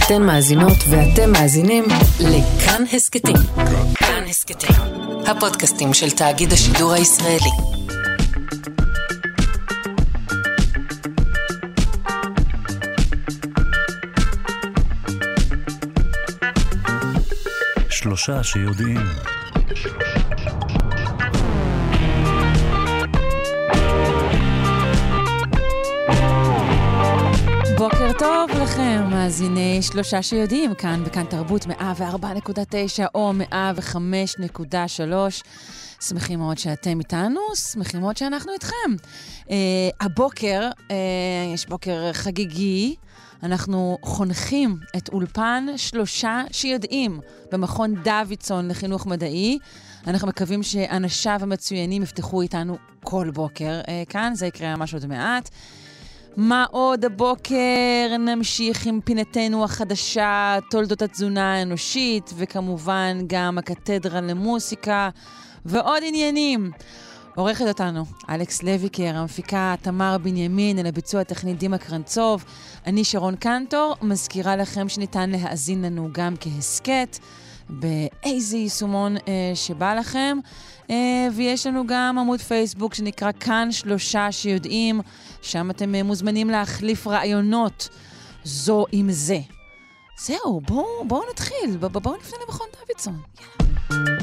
אתן מאזינות ואתם מאזינים לכאן הסקטים. כאן הסקטים, הפודקאסטים של תאגיד השידור הישראלי. שלושה שיודעים. בוקר טוב לכם, מאזיני שלושה שיודעים, כאן בכאן תרבות 104.9 או 105.3. שמחים מאוד שאתם איתנו, שמחים מאוד שאנחנו איתכם. הבוקר, יש בוקר חגיגי, אנחנו חונכים את אולפן שלושה שיודעים במכון דוידסון לחינוך מדעי. אנחנו מקווים שאנשיו המצוינים יפתחו איתנו כל בוקר כאן, זה יקרה ממש עוד מעט. מה עוד הבוקר? נמשיך עם פינתנו החדשה, תולדות התזונה האנושית, וכמובן גם הקתדרה למוסיקה, ועוד עניינים. עורכת אותנו אלכס לויקר, המפיקה תמר בנימין, אל הביצוע הטכני דימה קרנצוב, אני שרון קנטור, מזכירה לכם שניתן להאזין לנו גם כהסקט, באיזה יישומון שבא לכם, ויש לנו גם עמוד פייסבוק שנקרא כאן שלושה שיודעים, שם אתם מוזמנים להחליף רעיונות זו עם זה. זהו, בואו נתחיל, בואו נפנה למכון דוידסון. יאללה.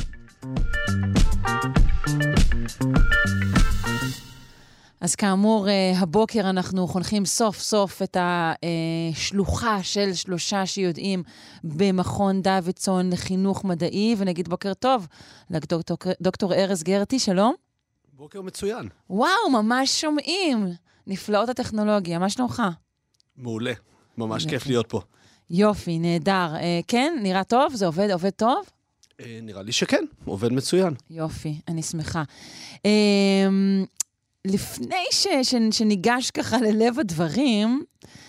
אז כאמור, הבוקר אנחנו חונכים סוף סוף את השלוחה של שלושה שיודעים במכון דוידסון לחינוך מדעי, ונגיד בוקר טוב לדוקטור ארז גרטי, שלום. בוקר מצוין. וואו, ממש שומעים. נפלאות הטכנולוגיה, מה שלומך? מעולה, ממש כיף להיות פה. יופי, נהדר. כן, נראה טוב? זה עובד טוב? נראה לי שכן, עובד מצוין. יופי, אני שמחה. לפני שניגש ככה ללב הדברים,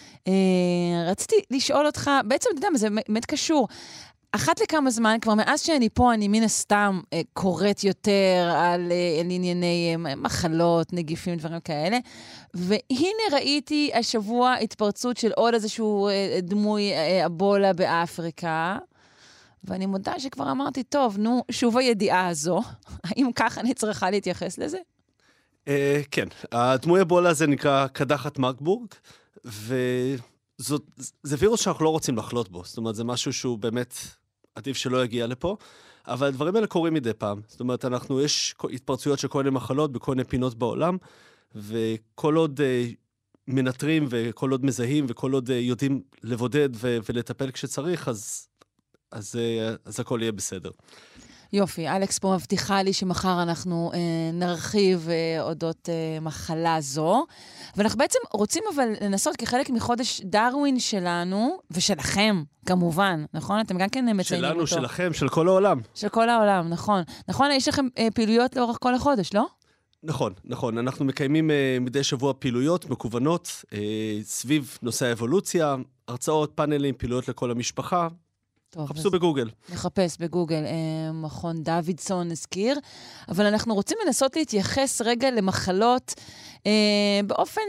רציתי לשאול אותך, בעצם אתה יודע, זה באמת קשור. אחת לכמה זמן, כבר מאז שאני פה, אני מן הסתם קוראת יותר על ענייני מחלות, נגיפים, דברים כאלה, והנה ראיתי השבוע התפרצות של עוד איזשהו דמוי אבולה באפריקה, ואני מודה שכבר אמרתי, טוב, נו, שוב הידיעה הזו, האם כך אני צריכה להתייחס לזה? כן, הדמוי אבולה הזה נקרא קדחת מרבורג, וזה וירוס שאנחנו לא רוצים לחלות בו, זאת אומרת, זה משהו שהוא באמת עדיף שלא יגיע לפה, אבל הדברים האלה קורים מדי פעם, זאת אומרת, יש התפרצויות של כל מיני מחלות בכל מיני פינות בעולם, וכל עוד מנטרים וכל עוד מזהים וכל עוד יודעים לבודד ולטפל כשצריך, אז הכל יהיה בסדר. יופי, אלכס פה מבטיחה לי שמחר אנחנו נרחיב אודות מחלה זו, ואנחנו בעצם רוצים אבל לנסות כחלק מחודש דרווין שלנו, ושלכם כמובן, נכון? אתם גם כן מציינים אותו. שלנו, שלכם, של כל העולם. של כל העולם, נכון. נכון, יש לכם פעילויות לאורך כל החודש, לא? נכון. אנחנו מקיימים מדי שבוע פעילויות מקוונות, סביב נושא האבולוציה, הרצאות, פאנלים, פעילויות לכל המשפחה, חפשו בגוגל. נחפש בגוגל, מכון דוידסון נזכיר, אבל אנחנו רוצים לנסות להתייחס רגע למחלות באופן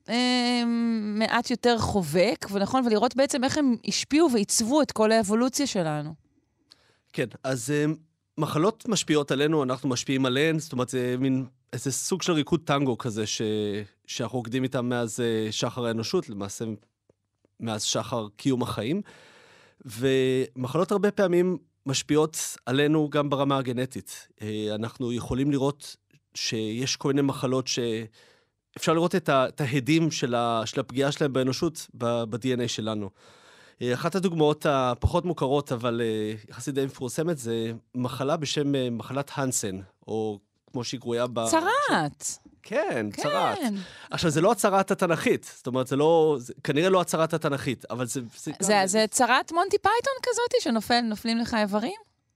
מעט יותר חובק, ונכון, ולראות בעצם איך הם השפיעו ועיצבו את כל האבולוציה שלנו. כן, אז מחלות משפיעות עלינו, אנחנו משפיעים עליהן, זאת אומרת, זה מין איזה סוג של ריקוד טנגו כזה, שאנחנו עוקדים איתם מאז שחר האנושות, למעשה מאז שחר קיום החיים, ומחלות הרבה פעמים משפיעות עלינו גם ברמה הגנטית. אנחנו יכולים לראות שיש כל מיני מחלות שאפשר לראות את ההדים של הפגיעה שלהם באנושות ב-DNA שלנו. אחת הדוגמאות הפחות מוכרות, אבל יחסית די מפורסמת, זה מחלה בשם מחלת הנסן, או כמו שהיא קרויה צרעת. כן, צרעת. עכשיו, זה לא הצרעת התנ"כית, זאת אומרת, זה כנראה לא הצרעת התנ"כית, אבל זה צרעת מונטי פייתון כזאת, שנופלים לך איברים?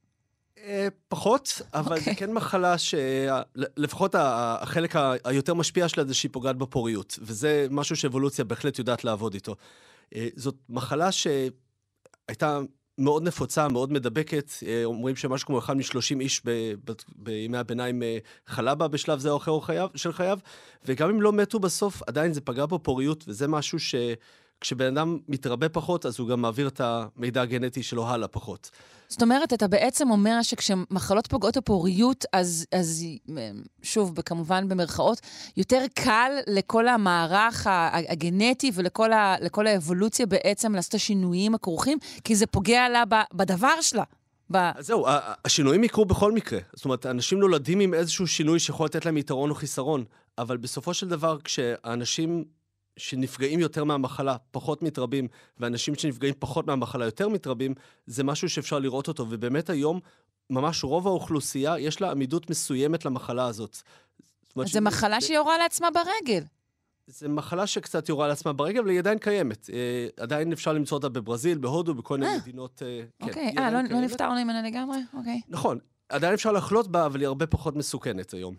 פחות, אבל זה כן מחלה שלפחות החלק היותר משפיע שלה זה שהיא פוגעת בפוריות, וזה משהו שאבולוציה בהחלט יודעת לעבוד איתו. זאת מחלה שהייתה מאוד נפוצה, מאוד מדבקת, אומרים שמשהו כמו 1 מ-30 איש בימי הביניים חלה בה בשלב זה או אחר של חייו, וגם אם לא מתו בסוף, עדיין זה פגע בפוריות, וזה משהו כשבן אדם מתרבה פחות, אז הוא גם מעביר את המידע הגנטי שלו הלאה פחות. זאת אומרת, אתה בעצם אומר שכשמחלות פוגעות הפוריות, אז שוב, כמובן במרכאות, יותר קל לכל המערך הגנטי ולכל האבולוציה בעצם לעשות השינויים הכרוכים, כי זה פוגע לה בדבר שלה. אז זהו, השינויים יקרו בכל מקרה. זאת אומרת, אנשים נולדים עם איזשהו שינוי שיכול לתת להם יתרון או חיסרון, אבל בסופו של דבר, כשאנשים שנפגעים יותר מהמחלה פחות מתרבים, ואנשים שנפגעים פחות מהמחלה יותר מתרבים, זה משהו שאפשר לראות אותו, ובאמת היום, ממש רוב האוכלוסייה, יש לה עמידות מסוימת למחלה הזאת. זה מחלה שיורה לעצמה ברגל. זה מחלה שקצת יורה לעצמה ברגל, אבל היא עדיין קיימת. עדיין אפשר למצוא אותה בברזיל, בהודו, בכל מיני מדינות. אוקיי, לא נפטרנו ממנה לגמרי? אוקיי. נכון, עדיין אפשר לחלות בה, אבל היא הרבה פחות מסוכנת היום.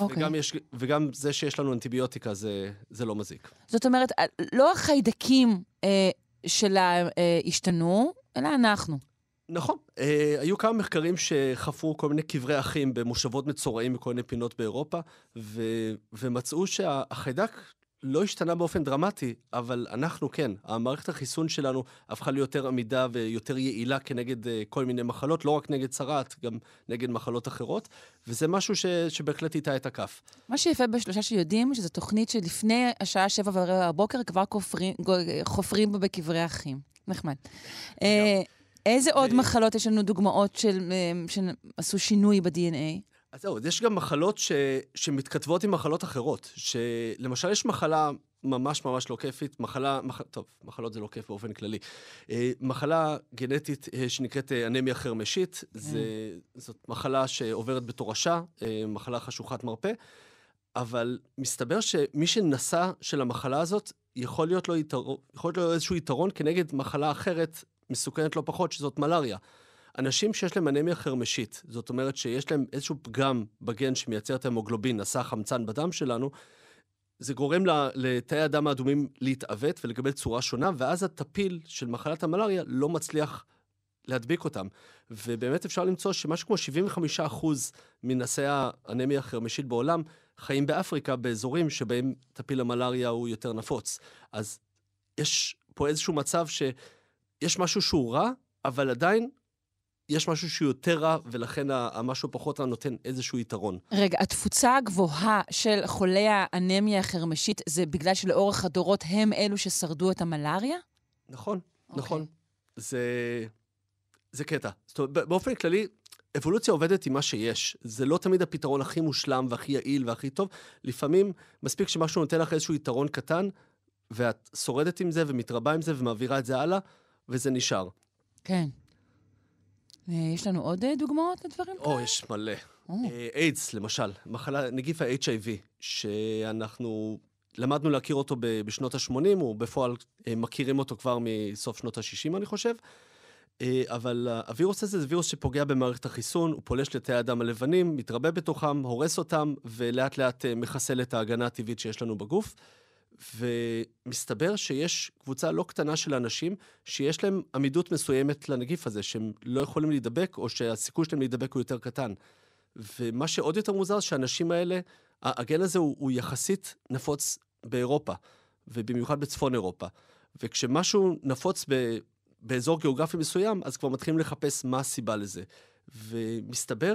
וגם זה שיש לנו אנטיביוטיקה, זה לא מזיק. זאת אומרת, לא החיידקים שלה השתנו, אלא אנחנו. נכון. היו כמה מחקרים שחפרו כל מיני קברי אחים במושבות מצורעים בכל מיני פינות באירופה, ומצאו שהחיידק לא השתנה באופן דרמטי, אבל אנחנו כן. המערכת החיסון שלנו הפכה להיות יותר עמידה ויותר יעילה כנגד כל מיני מחלות, לא רק נגד צרעת, גם נגד מחלות אחרות, וזה משהו שבהחלט איתה את הכף. מה שיפה בשלושה שיודעים, שזו תוכנית שלפני השעה 7:15 בבוקר כבר חופרים בה בקברי אחים. נחמד. איזה עוד מחלות יש לנו דוגמאות שעשו שינוי ב-DNA? אז זהו, יש גם מחלות שמתכתבות עם מחלות אחרות, שלמשל יש מחלה ממש ממש לא כיפית, טוב, מחלות זה לא כיף באופן כללי, מחלה גנטית שנקראת אנמיה חרמשית, זאת מחלה שעוברת בתורשה, מחלה חשוכת מרפא, אבל מסתבר שמי שנשא של המחלה הזאת, יכול להיות לו איזשהו יתרון כנגד מחלה אחרת, מסוכנת לא פחות, שזאת מלריה. אנשים שיש להם אנמיה חרמשית, זאת אומרת שיש להם איזשהו פגם בגן שמייצר את ההמוגלובין, נשא חמצן בדם שלנו, זה גורם לתאי הדם האדומים להתעוות ולקבל צורה שונה, ואז הטפיל של מחלת המלריה לא מצליח להדביק אותם. ובאמת אפשר למצוא שמשהו כמו 75% מנשאי האנמיה החרמשית בעולם חיים באפריקה, באזורים שבהם טפיל המלריה הוא יותר נפוץ. אז יש פה איזשהו מצב שיש משהו שהוא רע, אבל עדיין יש משהו שהוא יותר רע, ולכן המשהו פחות רע נותן איזשהו יתרון. רגע, התפוצה הגבוהה של חולי האנמיה החרמשית, זה בגלל שלאורך הדורות הם אלו ששרדו את המלריה? נכון, נכון. זה קטע. זאת אומרת, באופן כללי, אבולוציה עובדת עם מה שיש. זה לא תמיד הפתרון הכי מושלם והכי יעיל והכי טוב. לפעמים מספיק שמשהו נותן לך איזשהו יתרון קטן, ואת שורדת עם זה ומתרבה עם זה ומעבירה את זה הלאה, וזה נשאר. כן. יש לנו עוד דוגמאות לדברים כאלה? יש מלא. איידס, למשל, נגיף ה-HIV, שאנחנו למדנו להכיר אותו בשנות ה-80, ובפועל מכירים אותו כבר מסוף שנות ה-60, אני חושב. אבל הווירוס הזה זה וירוס שפוגע במערכת החיסון, הוא פולש לתאי הדם הלבנים, מתרבה בתוכם, הורס אותם, ולאט לאט מחסל את ההגנה הטבעית שיש לנו בגוף. ומסתבר שיש קבוצה לא קטנה של אנשים שיש להם עמידות מסוימת לנגיף הזה, שהם לא יכולים להידבק, או שהסיכוי שלהם להידבק הוא יותר קטן. ומה שעוד יותר מוזר, שהאנשים האלה, הגן הזה הוא יחסית נפוץ באירופה, ובמיוחד בצפון אירופה. וכשמשהו נפוץ באזור גיאוגרפי מסוים, אז כבר מתחילים לחפש מה הסיבה לזה. ומסתבר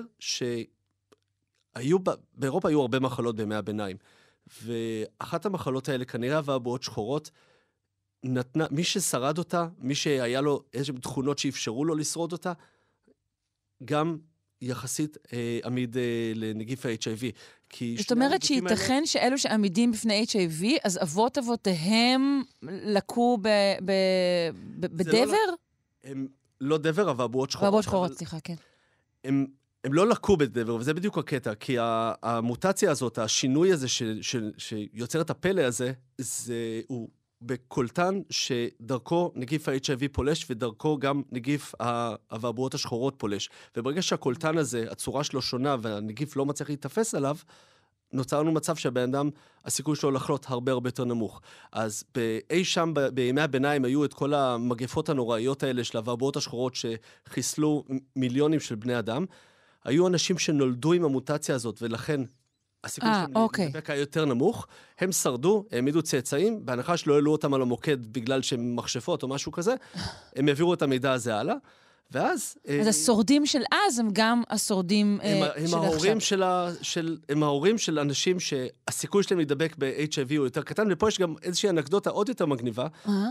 באירופה היו הרבה מחלות בימי הביניים. ואחת המחלות האלה, כנראה אבעבועות שחורות, מי ששרד אותה, מי שהיה לו איזשהם תכונות שאפשרו לו לשרוד אותה, גם יחסית עמיד לנגיף ה-HIV. זאת אומרת שייתכן שאלו שעמידים בפני HIV, אז אבות אבותיהם לקו בדבר? הם לא דבר, אבעבועות שחורות. אבעבועות שחורות, סליחה, כן. הם לא לקו בדבר, וזה בדיוק הקטע, כי המוטציה הזאת, השינוי הזה שיוצר את הפלא הזה, הוא בקולטן שדרכו נגיף ה-HIV פולש, ודרכו גם נגיף האבעבועות השחורות פולש. וברגע שהקולטן הזה, הצורה שלו שונה, והנגיף לא מצליח להתאפס עליו, נוצר לנו מצב שהבן אדם, הסיכוי שלו לחלות הרבה הרבה יותר נמוך. אז באי שם, בימי הביניים, היו את כל המגפות הנוראיות האלה של האבעבועות השחורות שחיסלו מיליונים של בני אדם. היו אנשים שנולדו עם המוטציה הזאת, ולכן הסיכוי שלהם להידבק היה יותר נמוך, הם שרדו, העמידו צאצאים, בהנחה שלא העלו אותם על המוקד בגלל שהם מכשפות או משהו כזה, הם העבירו את המידע הזה הלאה, ואז... אז השורדים של אז הם גם השורדים של עכשיו. הם ההורים של אנשים שהסיכוי שלהם להידבק ב-HIV הוא יותר קטן, ופה יש גם איזושהי אנקדוטה עוד יותר מגניבה,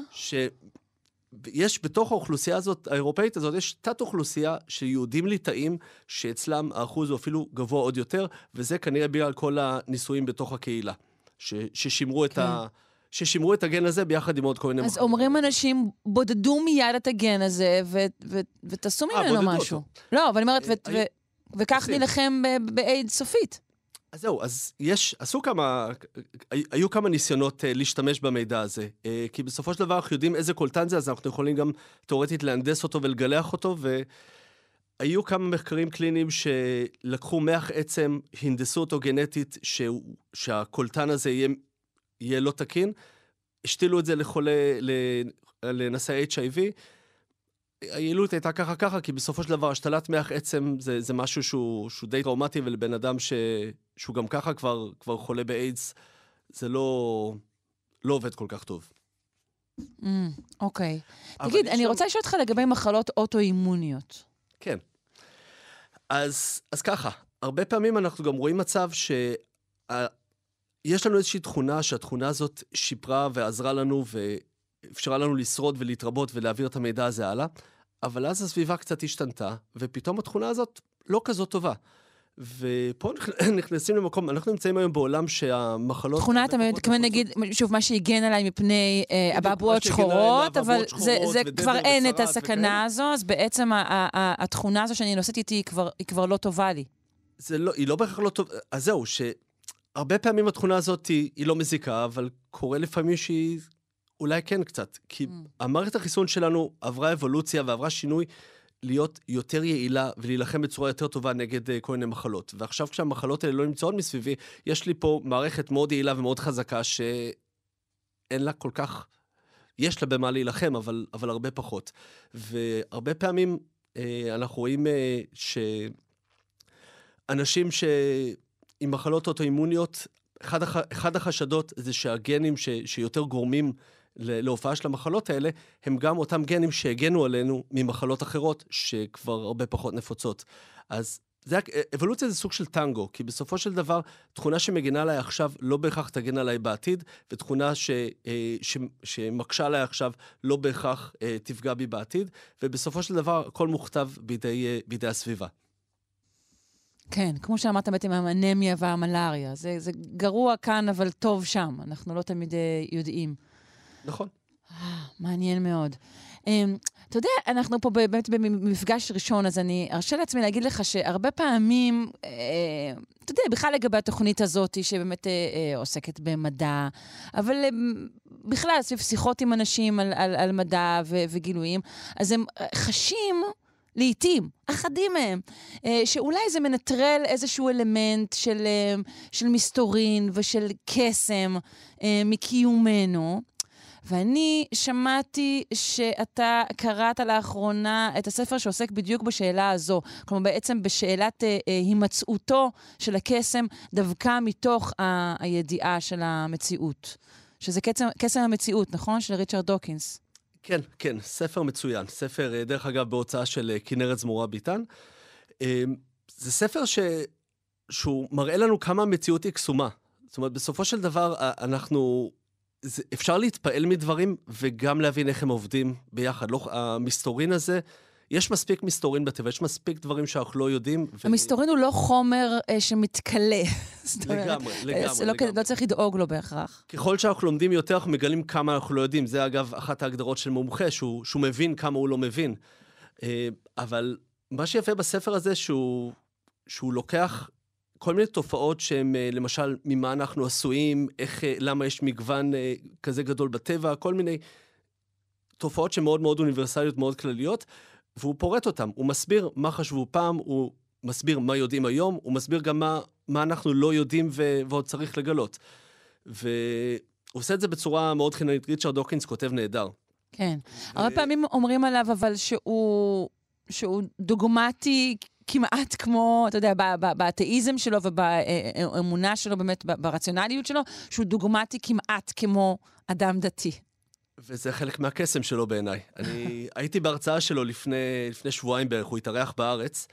יש בתוך האוכלוסייה הזאת, האירופאית הזאת, יש תת אוכלוסייה של יהודים ליטאים, שאצלם האחוז הוא אפילו גבוה עוד יותר, וזה כנראה בגלל כל הניסויים בתוך הקהילה, ששימרו את הגן הזה ביחד עם עוד כל מיני אז אומרים אנשים, בודדו מיד את הגן הזה, ותעשו ממנו משהו. לא, אבל אני אומרת, וכך נלחם באייד סופית. אז זהו, אז היו כמה ניסיונות להשתמש במידע הזה, כי בסופו של דבר אנחנו יודעים איזה קולטן זה, אז אנחנו יכולים גם תיאורטית להנדס אותו ולגלח אותו, והיו כמה מחקרים קליניים שלקחו מח עצם, הנדסו אותו גנטית, שהקולטן הזה יהיה לא תקין, השתילו את זה לנשאי HIV, היעילות הייתה ככה, כי בסופו של דבר, השתלת מח עצם זה משהו שהוא די טראומטי, ולבן אדם שהוא גם ככה כבר חולה באיידס, זה לא עובד כל כך טוב. אוקיי. תגיד, אני רוצה לשאול אותך לגבי מחלות אוטואימוניות. כן. אז ככה, הרבה פעמים אנחנו גם רואים מצב יש לנו איזושהי תכונה, שהתכונה הזאת שיפרה ועזרה לנו, ואפשרה לנו לשרוד ולהתרבות ולהעביר את המידע הזה הלאה, אבל אז הסביבה קצת השתנתה, ופתאום התכונה הזאת לא כזאת טובה. ופה נכנסים למקום, אנחנו נמצאים היום בעולם שהמחלות... תכונה, אתה מתכוון נגיד, שוב, מה שהגן עליי מפני אבעבועות שחורות, אבל זה כבר אין את הסכנה הזו, אז בעצם התכונה הזו שאני נושאת איתי היא כבר לא טובה לי. היא לא בהכרח לא טובה, אז זהו, שהרבה פעמים התכונה הזאת היא לא מזיקה, אבל קורה לפעמים שהיא אולי כן קצת, כי המערכת החיסון שלנו עברה אבולוציה ועברה שינוי להיות יותר יעילה ולהילחם בצורה יותר טובה נגד כל מיני מחלות. ועכשיו כשהמחלות האלה לא נמצאות מסביבי, יש לי פה מערכת מאוד יעילה ומאוד חזקה שאין לה כל כך, יש לה במה להילחם, אבל הרבה פחות. והרבה פעמים אנחנו רואים שאנשים עם מחלות אוטואימוניות, אחד החשדות זה שהגנים שיותר גורמים להופעה של המחלות האלה, הם גם אותם גנים שהגנו עלינו ממחלות אחרות, שכבר הרבה פחות נפוצות. אז אבולוציה זה סוג של טנגו, כי בסופו של דבר, תכונה שמגנה עליי עכשיו, לא בהכרח תגן עליי בעתיד, ותכונה שמקשה עליי עכשיו, לא בהכרח תפגע בי בעתיד, ובסופו של דבר, הכל מוכתב בידי הסביבה. כן, כמו שאמרת בעצם, האנמיה והמלאריה. זה גרוע כאן, אבל טוב שם. אנחנו לא תמיד יודעים. נכון. מעניין מאוד. אתה יודע, אנחנו פה באמת במפגש ראשון, אז אני ארשה לעצמי להגיד לך שהרבה פעמים, אתה יודע, בכלל לגבי התוכנית הזאת, שבאמת עוסקת במדע, אבל בכלל, סביב שיחות עם אנשים על מדע וגילויים, אז הם חשים לעתים, אחדים מהם, שאולי זה מנטרל איזשהו אלמנט של מסתורין ושל קסם מקיומנו, ואני שמעתי שאתה קראת לאחרונה את הספר שעוסק בדיוק בשאלה הזו, כלומר בעצם בשאלת הימצאותו של הקסם, דווקא מתוך הידיעה של המציאות, שזה קסם המציאות, נכון? של ריצ'רד דוקינס. כן, כן, ספר מצוין. ספר, דרך אגב, בהוצאה של כנרת זמורה ביטן. זה ספר שהוא מראה לנו כמה המציאות היא קסומה. זאת אומרת, בסופו של דבר, אפשר להתפעל מדברים, וגם להבין איך הם עובדים ביחד. המסתורין הזה, יש מספיק מסתורין בטבע, יש מספיק דברים שאנחנו לא יודעים. המסתורין הוא לא חומר שמתקלה. לגמרי. לא צריך לדאוג לו בהכרח. ככל שאנחנו לומדים יותר, אנחנו מגלים כמה אנחנו לא יודעים. זה אגב אחת ההגדרות של מומחה, שהוא מבין כמה הוא לא מבין. אבל מה שיפה בספר הזה, שהוא לוקח כל מיני תופעות שהן, למשל, ממה אנחנו עשויים, למה יש מגוון כזה גדול בטבע, כל מיני תופעות שמאוד מאוד אוניברסליות, מאוד כלליות, והוא פורט אותם. הוא מסביר מה חשבו פעם, הוא מסביר מה יודעים היום, הוא מסביר גם מה אנחנו לא יודעים ועוד צריך לגלות. והוא עושה את זה בצורה מאוד חיננית. ריצ'רד דוקינס כותב נהדר. כן. הרבה פעמים אומרים עליו, אבל שהוא דוגמטי כמעט כמו, אתה יודע, באתאיזם שלו ובאמונה שלו, באמת ברציונליות שלו, שהוא דוגמטי כמעט כמו אדם דתי. וזה חלק מהקסם שלו בעיניי. אני הייתי בהרצאה שלו לפני שבועיים בערך, הוא התארח בארץ,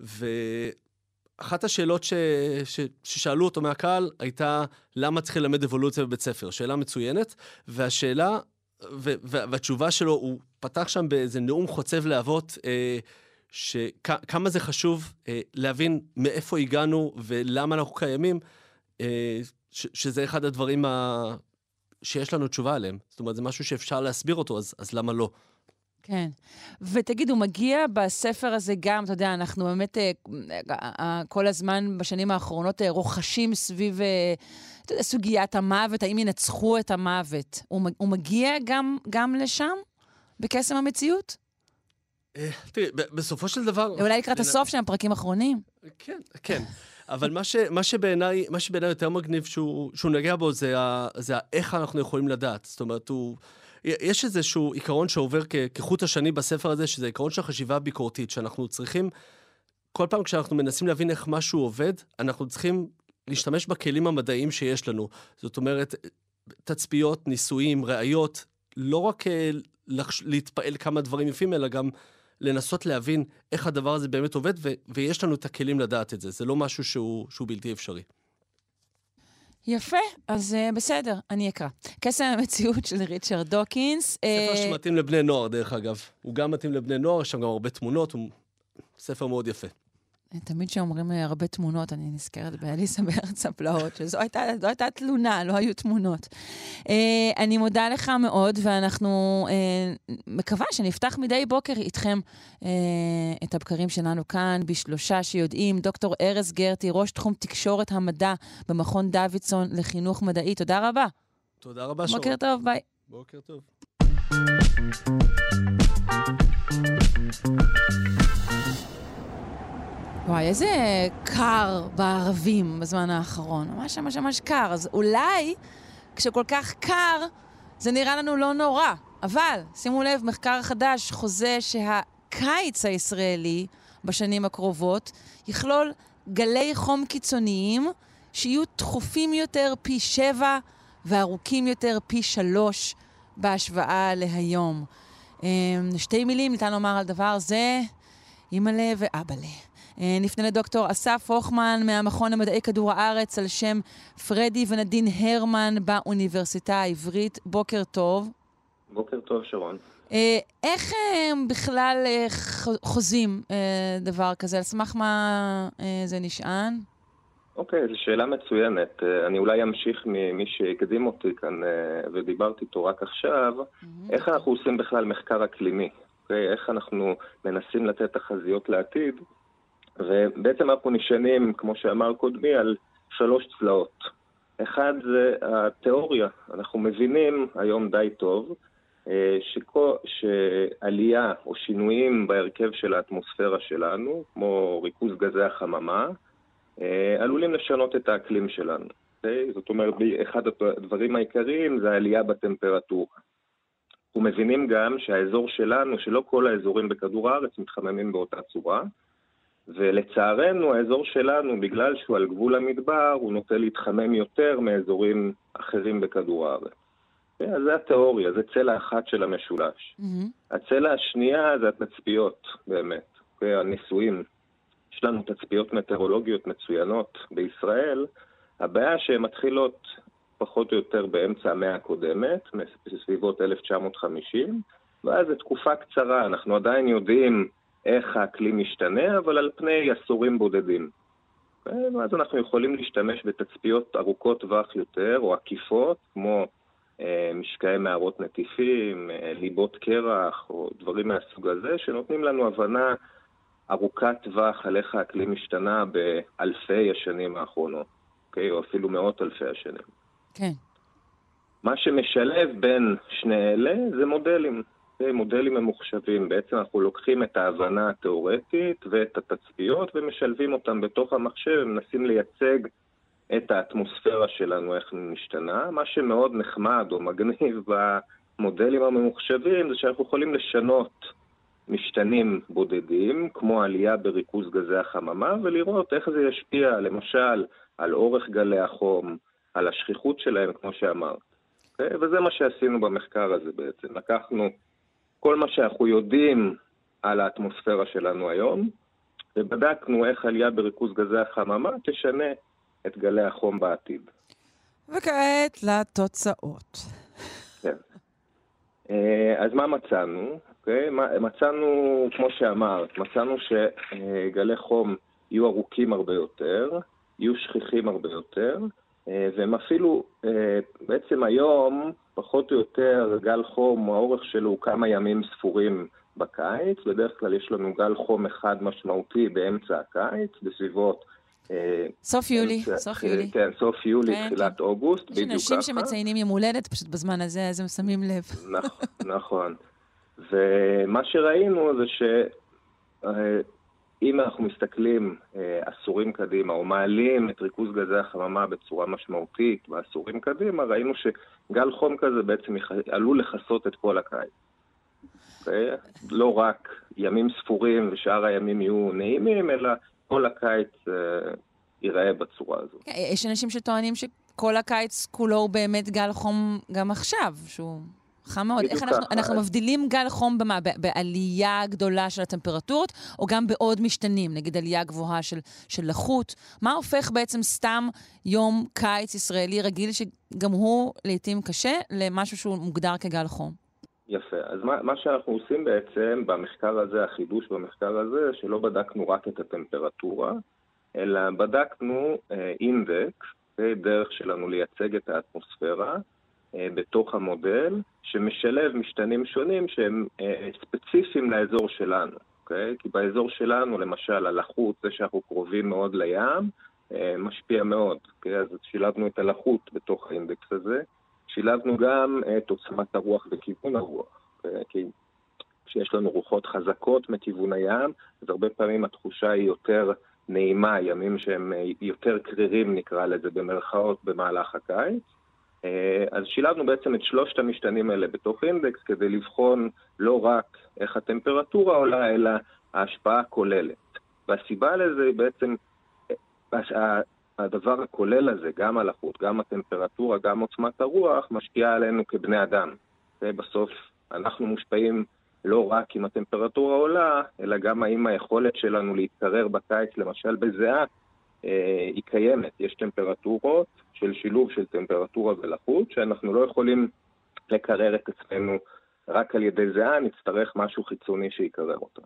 ואחת השאלות ששאלו אותו מהקהל הייתה, למה צריך ללמד אבולוציה בבית ספר? שאלה מצוינת, והשאלה, והתשובה שלו, הוא פתח שם באיזה נאום חוצב להבות, שכמה זה חשוב להבין מאיפה הגענו ולמה אנחנו קיימים, שזה אחד הדברים שיש לנו תשובה עליהם. זאת אומרת, זה משהו שאפשר להסביר אותו, אז למה לא? כן. ותגיד, הוא מגיע בספר הזה גם, אתה יודע, אנחנו באמת כל הזמן בשנים האחרונות רוחשים סביב סוגיית המוות, האם ינצחו את המוות. הוא מגיע גם לשם? בקסם המציאות? תראי, בסופו של דבר... אולי לקראת הסוף שם, פרקים אחרונים? כן, כן. אבל מה שבעיניי יותר מגניב שהוא נגע בו, זה איך אנחנו יכולים לדעת. זאת אומרת, יש איזשהו עיקרון שעובר כחוט השני בספר הזה, שזה עיקרון של החשיבה הביקורתית, שאנחנו צריכים, כל פעם כשאנחנו מנסים להבין איך משהו עובד, אנחנו צריכים להשתמש בכלים המדעיים שיש לנו. זאת אומרת, תצפיות, ניסויים, ראיות, לא רק להתפעל כמה דברים יפים, אלא גם לנסות להבין איך הדבר הזה באמת עובד, ויש לנו את הכלים לדעת את זה. זה לא משהו שהוא בלתי אפשרי. יפה, אז בסדר, אני אקרא. קסם המציאות של ריצ'רד דוקינס. ספר שמתאים לבני נוער, דרך אגב. הוא גם מתאים לבני נוער, יש שם גם הרבה תמונות, הוא ספר מאוד יפה. תמיד שאומרים הרבה תמונות, אני נזכרת באליסה בארץ הפלאות, שזו הייתה תלונה, לא היו תמונות. אני מודה לך מאוד, ואנחנו מקווה שנפתח מדי בוקר איתכם את הבקרים שלנו כאן, בשלושה שיודעים, דוקטור ארז גרטי, ראש תחום תקשורת המדע במכון דוידסון לחינוך מדעי. תודה רבה. תודה רבה, שרון. בוקר טוב, ביי. בוקר טוב. וואי, איזה קר בערבים בזמן האחרון. ממש ממש ממש קר. אז אולי כשכל כך קר זה נראה לנו לא נורא. אבל, שימו לב, מחקר חדש חוזה שהקיץ הישראלי בשנים הקרובות יכלול גלי חום קיצוניים שיהיו תכופים יותר פי 7 וארוכים יותר פי 3 בהשוואה להיום. שתי מילים ניתן לומר על דבר זה, אמאלה ואבאלה. נפנה לדוקטור אסף הוכמן מהמכון המדעי כדור הארץ על שם פרדי ונדין הרמן באוניברסיטה העברית. בוקר טוב. בוקר טוב, שרון. איך בכלל חוזים דבר כזה? על סמך מה זה נשען? אוקיי, זו שאלה מצוינת. אני אולי אמשיך ממי שהקדים אותי כאן ודיברתי איתו רק עכשיו. איך אנחנו עושים בכלל מחקר אקלימי? איך אנחנו מנסים לתת תחזיות לעתיד? ובעצם אנחנו נשענים, כמו שאמר קודמי, על 3 צלעות. אחד זה התיאוריה. אנחנו מבינים היום די טוב שעלייה או שינויים בהרכב של האטמוספירה שלנו, כמו ריכוז גזי החממה, עלולים לשנות את האקלים שלנו. זאת אומרת, אחד הדברים העיקריים זה העלייה בטמפרטורה. אנחנו מבינים גם שהאזור שלנו, שלא כל האזורים בכדור הארץ מתחממים באותה צורה, ולצערנו האזור שלנו, בגלל שהוא על גבול המדבר, הוא נוטה להתחמם יותר מאזורים אחרים בכדור הארץ. אז זה התיאוריה, זה צלע אחת של המשולש. הצלע השנייה זה התצפיות, באמת. הניסויים. יש לנו תצפיות מטאורולוגיות מצוינות בישראל. הבעיה שהן מתחילות פחות או יותר באמצע המאה הקודמת, בסביבות 1950, ואז זו תקופה קצרה. אנחנו עדיין יודעים איך האקלים משתנה, אבל על פני עשורים בודדים. ואז אנחנו יכולים להשתמש בתצפיות ארוכות טווח יותר, או עקיפות, כמו משקעי מערות נטיפים, ליבות קרח, או דברים מהסוג הזה, שנותנים לנו הבנה ארוכת טווח על איך האקלים משתנה באלפי השנים האחרונות, או אפילו מאות אלפי השנים. כן. מה שמשלב בין שני אלה זה מודלים. מודלים ממוחשבים. בעצם אנחנו לוקחים את ההבנה התיאורטית ואת התצפיות ומשלבים אותם בתוך המחשב ומנסים לייצג את האטמוספירה שלנו, איך משתנה. מה שמאוד נחמד או מגניב במודלים הממוחשבים זה שאנחנו יכולים לשנות משתנים בודדים, כמו עלייה בריכוז גזי החממה, ולראות איך זה ישפיע, למשל, על אורך גלי החום, על השכיחות שלהם, כמו שאמרת. Okay? וזה מה שעשינו במחקר הזה בעצם. לקחנו כל מה שאנחנו יודעים על האטמוספירה שלנו היום, ובדקנו איך עלייה בריכוז גזי החממה תשנה את גלי החום בעתיד. וכעת לתוצאות. כן. אז מה מצאנו? מצאנו, כמו שאמרת, מצאנו שגלי חום יהיו ארוכים הרבה יותר, יהיו שכיחים הרבה יותר, והם אפילו, בעצם היום, פחות או יותר, גל חום, האורך שלו הוא כמה ימים ספורים בקיץ. בדרך כלל יש לנו גל חום אחד משמעותי באמצע הקיץ, בסביבות סוף יולי, סוף יולי. כן, סוף יולי, תחילת אוגוסט, בדיוק ככה. יש אנשים שמציינים יום הולדת פשוט בזמן הזה, אז הם שמים לב. נכון. ומה שראינו זה שאם אנחנו מסתכלים עשורים קדימה, או מעלים את ריכוז גזי החממה בצורה משמעותית בעשורים קדימה, ראינו שגל חום כזה בעצם עלול לחסות את כל הקיץ. לא רק ימים ספורים ושאר הימים יהיו נעימים, אלא כל הקיץ ייראה בצורה הזו. יש אנשים שטוענים שכל הקיץ כולו הוא באמת גל חום גם עכשיו, שהוא חם מאוד. איך אנחנו מבדילים גל חום במה? בעלייה גדולה של הטמפרטורות, או גם בעוד משתנים, נגיד עלייה גבוהה של לחות? מה הופך בעצם סתם יום קיץ ישראלי רגיל, שגם הוא לעתים קשה, למשהו שהוא מוגדר כגל חום? יפה. אז מה שאנחנו עושים בעצם במחקר הזה, החידוש במחקר הזה, שלא בדקנו רק את הטמפרטורה, אלא בדקנו אינדקס, דרך שלנו לייצג את האטמוספירה, בתוך המודל, שמשלב משתנים שונים שהם ספציפיים לאזור שלנו. כי באזור שלנו, למשל, הלחות, זה שאנחנו קרובים מאוד לים, משפיע מאוד. אז שילבנו את הלחות בתוך האינדקס הזה. שילבנו גם את עוצמת הרוח וכיוון הרוח. כי כשיש לנו רוחות חזקות מכיוון הים, אז הרבה פעמים התחושה היא יותר נעימה, ימים שהם יותר קרירים, נקרא לזה במרכאות, במהלך הקיץ. אז שילבנו בעצם את שלושת המשתנים האלה בתוך אינדקס, כדי לבחון לא רק איך הטמפרטורה עולה, אלא ההשפעה הכוללת. והסיבה לזה היא בעצם הדבר הכולל הזה, גם הלחות, גם הטמפרטורה, גם עוצמת הרוח, משפיעה עלינו כבני אדם. ובסוף אנחנו מושפעים לא רק אם הטמפרטורה עולה, אלא גם האם היכולת שלנו להתקרר בקיץ, למשל בזיעה, היא קיימת. יש טמפרטורות של שילוב של טמפרטורה ולחות, שאנחנו לא יכולים לקרר את עצמנו רק על ידי זיעה, נצטרך משהו חיצוני שיקרר אותה.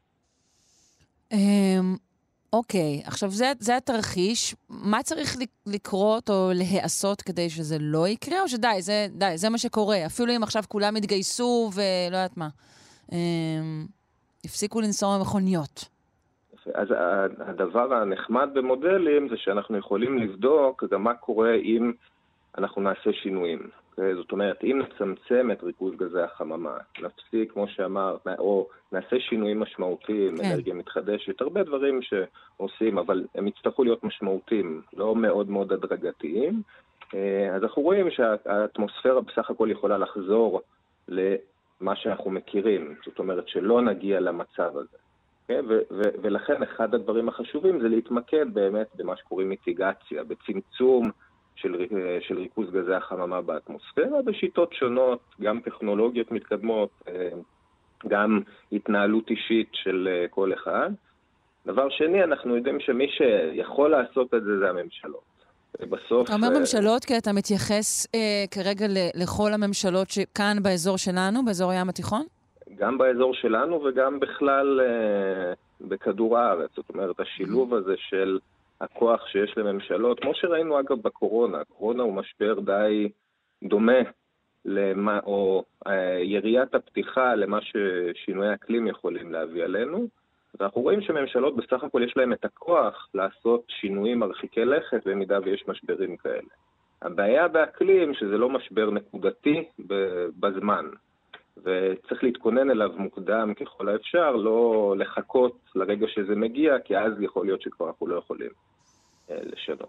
אוקיי, עכשיו זה התרחיש. מה צריך לקרות או להיעשות כדי שזה לא יקרה, או שדי, זה מה שקורה. אפילו אם עכשיו כולם יתגייסו ולא יודעת מה, הפסיקו לנסוע במכוניות. אז הדבר הנחמד במודלים זה שאנחנו יכולים לבדוק גם מה קורה אם אנחנו נעשה שינויים. זאת אומרת, אם נצמצם את ריכוז גזי החממה, נפסיק, כמו שאמרת, או נעשה שינויים משמעותיים, אנרגיה מתחדשת, הרבה דברים שעושים, אבל הם יצטרכו להיות משמעותיים, לא מאוד מאוד הדרגתיים. אז אנחנו רואים שהאטמוספירה בסך הכל יכולה לחזור למה שאנחנו מכירים. זאת אומרת, שלא נגיע למצב הזה. ולכן אחד הדברים החשובים זה להתמקד באמת במה שקוראים מיטיגציה, בצמצום של ריכוז גזי החממה באטמוספירה, בשיטות שונות, גם טכנולוגיות מתקדמות, גם התנהלות אישית של כל אחד. דבר שני, אנחנו יודעים שמי שיכול לעשות את זה הממשלות. בסוף... אתה אומר ממשלות כי אתה מתייחס כרגע לכל הממשלות שכאן באזור שלנו, באזור הים התיכון? גם באזור שלנו וגם בכלל בכדור הארץ. זאת אומרת, השילוב הזה של הכוח שיש לממשלות, כמו שראינו אגב בקורונה, הקורונה הוא משבר די דומה או יריית הפתיחה למה ששינויי אקלים יכולים להביא עלינו. ואנחנו רואים שממשלות בסך הכל יש להם את הכוח לעשות שינויים מרחיקי לכת במידה ויש משברים כאלה. הבעיה באקלים שזה לא משבר נקודתי בזמן. וצריך להתכונן אליו מוקדם ככל האפשר, לא לחכות לרגע שזה מגיע, כי אז יכול להיות שכבר אנחנו לא יכולים לשנות.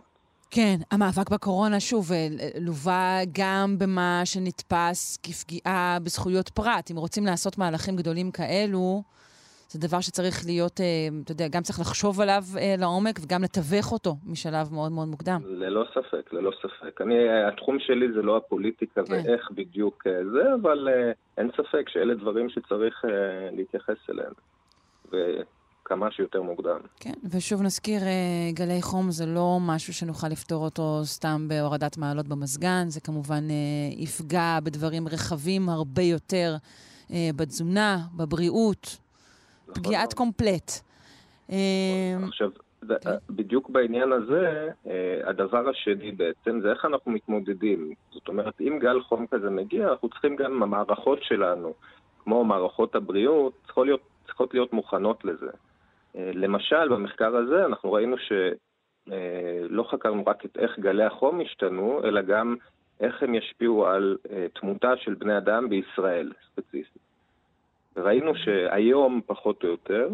כן, המאבק בקורונה, שוב, לווה גם במה שנתפס כפגיעה בזכויות פרט. אם רוצים לעשות מהלכים גדולים כאלו, זה דבר שצריך להיות, אתה יודע, גם צריך לחשוב עליו לעומק וגם לתווך אותו משלב מאוד מאוד מוקדם. ללא ספק, ללא ספק. התחום שלי זה לא הפוליטיקה ואיך בדיוק זה, אבל אין ספק שאלה דברים שצריך להתייחס אליהם. וכמה שיותר מוקדם. כן, ושוב נזכיר, גלי חום זה לא משהו שנוכל לפתור אותו סתם בהורדת מעלות במזגן, זה כמובן יפגע בדברים רחבים הרבה יותר בתזונה, בבריאות, פגיעת קומפלט. עכשיו, בדיוק בעניין הזה, הדבר השני בעצם זה איך אנחנו מתמודדים. זאת אומרת, אם גל חום כזה מגיע, אנחנו צריכים גם המערכות שלנו, כמו מערכות הבריאות, צריכות להיות מוכנות לזה. למשל, במחקר הזה אנחנו ראינו שלא חקרנו רק את איך גלי החום השתנו, אלא גם איך הם ישפיעו על תמותה של בני אדם בישראל, ספציפית. ראינו שהיום, פחות או יותר,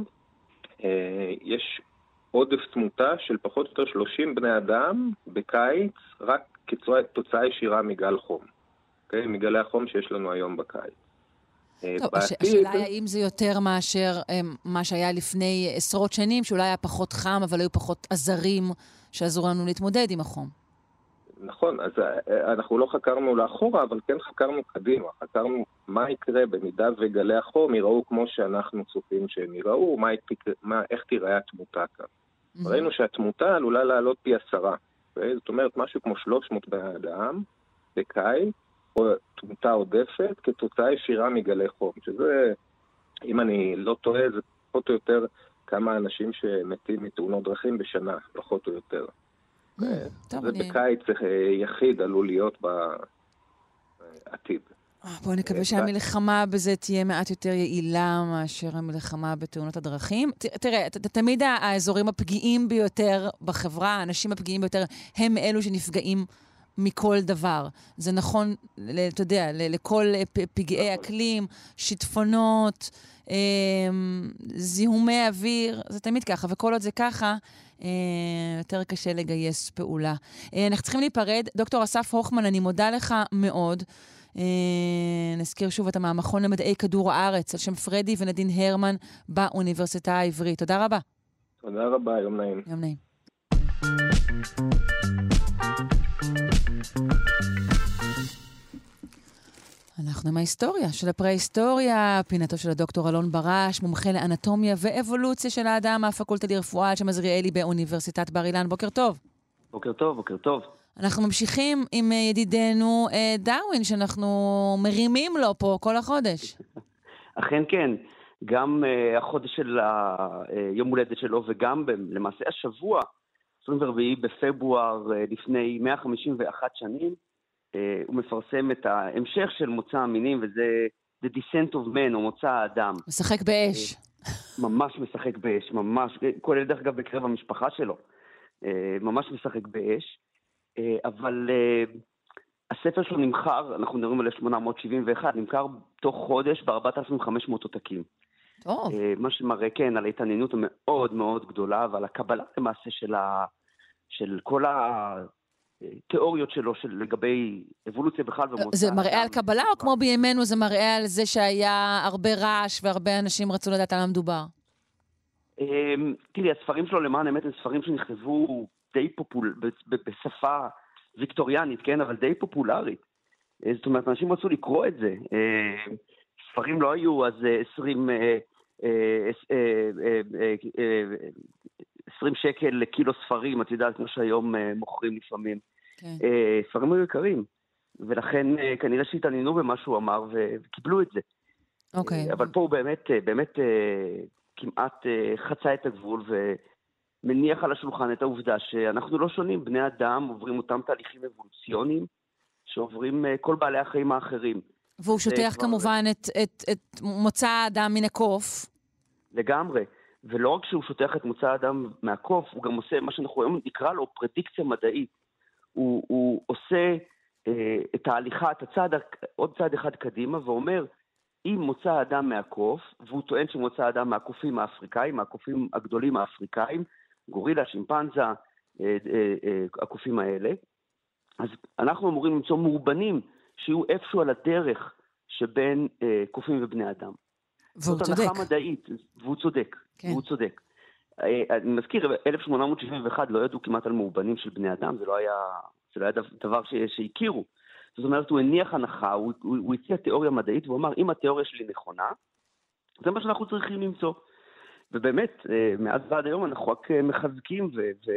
יש עודף תמותה של פחות או יותר 30 בני אדם בקיץ, רק כתוצאה ישירה מגל חום. Okay? מגלי החום שיש לנו היום בקיץ. טוב, השאלה היא האם זה יותר מאשר מה שהיה לפני עשרות שנים, שאולי היה פחות חם, אבל היו פחות עזרים שעזרו לנו להתמודד עם החום. נכון, אז אנחנו לא חקרנו לאחורה, אבל כן חקרנו קדימה. חקרנו מה יקרה במידה וגלי החום יראו כמו שאנחנו צופים שהם יראו, איך תיראה התמותה כאן. ראינו שהתמותה עלולה לעלות פי 10. זאת אומרת, משהו כמו 300 בני אדם בקיץ, או תמותה עודפת כתוצאה ישירה מגלי חום, שזה, אם אני לא טועה, זה פחות או יותר כמה אנשים שמתים מתאונות דרכים בשנה, פחות או יותר. זה בקיץ יחיד עלול להיות בעתיד. בואו נקווה שהמלחמה בזה תהיה מעט יותר יעילה מאשר המלחמה בתאונות הדרכים. תראה, תמיד האזורים הפגיעים ביותר בחברה, האנשים הפגיעים ביותר, הם אלו שנפגעים מכל דבר. זה נכון, אתה יודע, לכל פגעי אקלים, שיטפונות, זיהומי אוויר, זה תמיד ככה, וכל עוד זה ככה, יותר קשה לגייס פעולה. אנחנו צריכים להיפרד. דוקטור אסף הוכמן, אני מודה לך מאוד. נזכיר שוב אתה מהמכון למדעי כדור הארץ, על שם פרדי ונדין הרמן באוניברסיטה העברית. תודה רבה. תודה רבה, יום נעים. יום נעים. אנחנו עם ההיסטוריה של הפרה-היסטוריה, פינתו של הדוקטור אלון ברש, מומחה לאנטומיה ואבולוציה של האדם מהפקולטה לרפואה על שם עזריאלי באוניברסיטת בר אילן. בוקר טוב. בוקר טוב, בוקר טוב. אנחנו ממשיכים עם ידידנו דרווין, שאנחנו מרימים לו פה כל החודש. אכן כן, גם החודש של יום הולדת שלו, וגם למעשה השבוע, 24 בפברואר לפני 151 שנים, הוא מפרסם את ההמשך של מוצא המינים, וזה The Descent of Man, או מוצא האדם. משחק באש. ממש משחק באש, ממש, כולל דרך אגב בקרב המשפחה שלו. ממש משחק באש. אבל הספר שלו נמכר, אנחנו מדברים על 1871, נמכר תוך חודש ב-4,500 עותקים. טוב. מה שמראה כן על ההתעניינות המאוד מאוד גדולה, ועל הקבלה למעשה של כל התיאוריות שלו לגבי אבולוציה בכלל ומוצא. זה מראה על קבלה, או כמו בימינו זה מראה על זה שהיה הרבה רעש והרבה אנשים רצו לדעת על מה מדובר? תראי, הספרים שלו למען האמת הם ספרים שנכתבו די בשפה ויקטוריאנית, כן, אבל די פופולרית. זאת אומרת, אנשים רצו לקרוא את זה. ספרים לא היו אז 20 שקל לקילו ספרים, את יודעת, כמו שהיום מוכרים לפעמים. כן. ספרים היו יקרים, ולכן כנראה שהתעניינו במה שהוא אמר וקיבלו את זה. אוקיי. אבל פה הוא באמת כמעט חצה את הגבול מניח על השולחן את העובדה שאנחנו לא שונים, בני אדם עוברים אותם תהליכים אבולוציוניים שעוברים כל בעלי החיים האחרים. והוא שותח כמובן את מוצא האדם מן הקוף. לגמרי, ולא רק שהוא שותח את מוצא האדם מהקוף, הוא גם עושה מה שאנחנו היום נקרא לו פרדיקציה מדעית. הוא עושה את ההליכה, עוד צעד אחד קדימה, ואומר, אם מוצא האדם מהקוף, והוא טוען שמוצא האדם מהקופים האפריקאים, מהקופים הגדולים האפריקאים, גורילה, שימפנזה, הקופים האלה. אז אנחנו אמורים למצוא מאובנים שיהיו איפשהו על הדרך שבין קופים ובני אדם. והוא צודק. זאת הנחה מדעית, והוא צודק. כן. והוא צודק. אני מזכיר, 1871 לא ידעו כמעט על מאובנים של בני אדם, זה לא היה דבר שהכירו. זאת אומרת, הוא הניח הנחה, הוא הציע תיאוריה מדעית, והוא אמר, אם התיאוריה שלי נכונה, זה מה שאנחנו צריכים למצוא. ובאמת, מאז ועד היום אנחנו רק מחזקים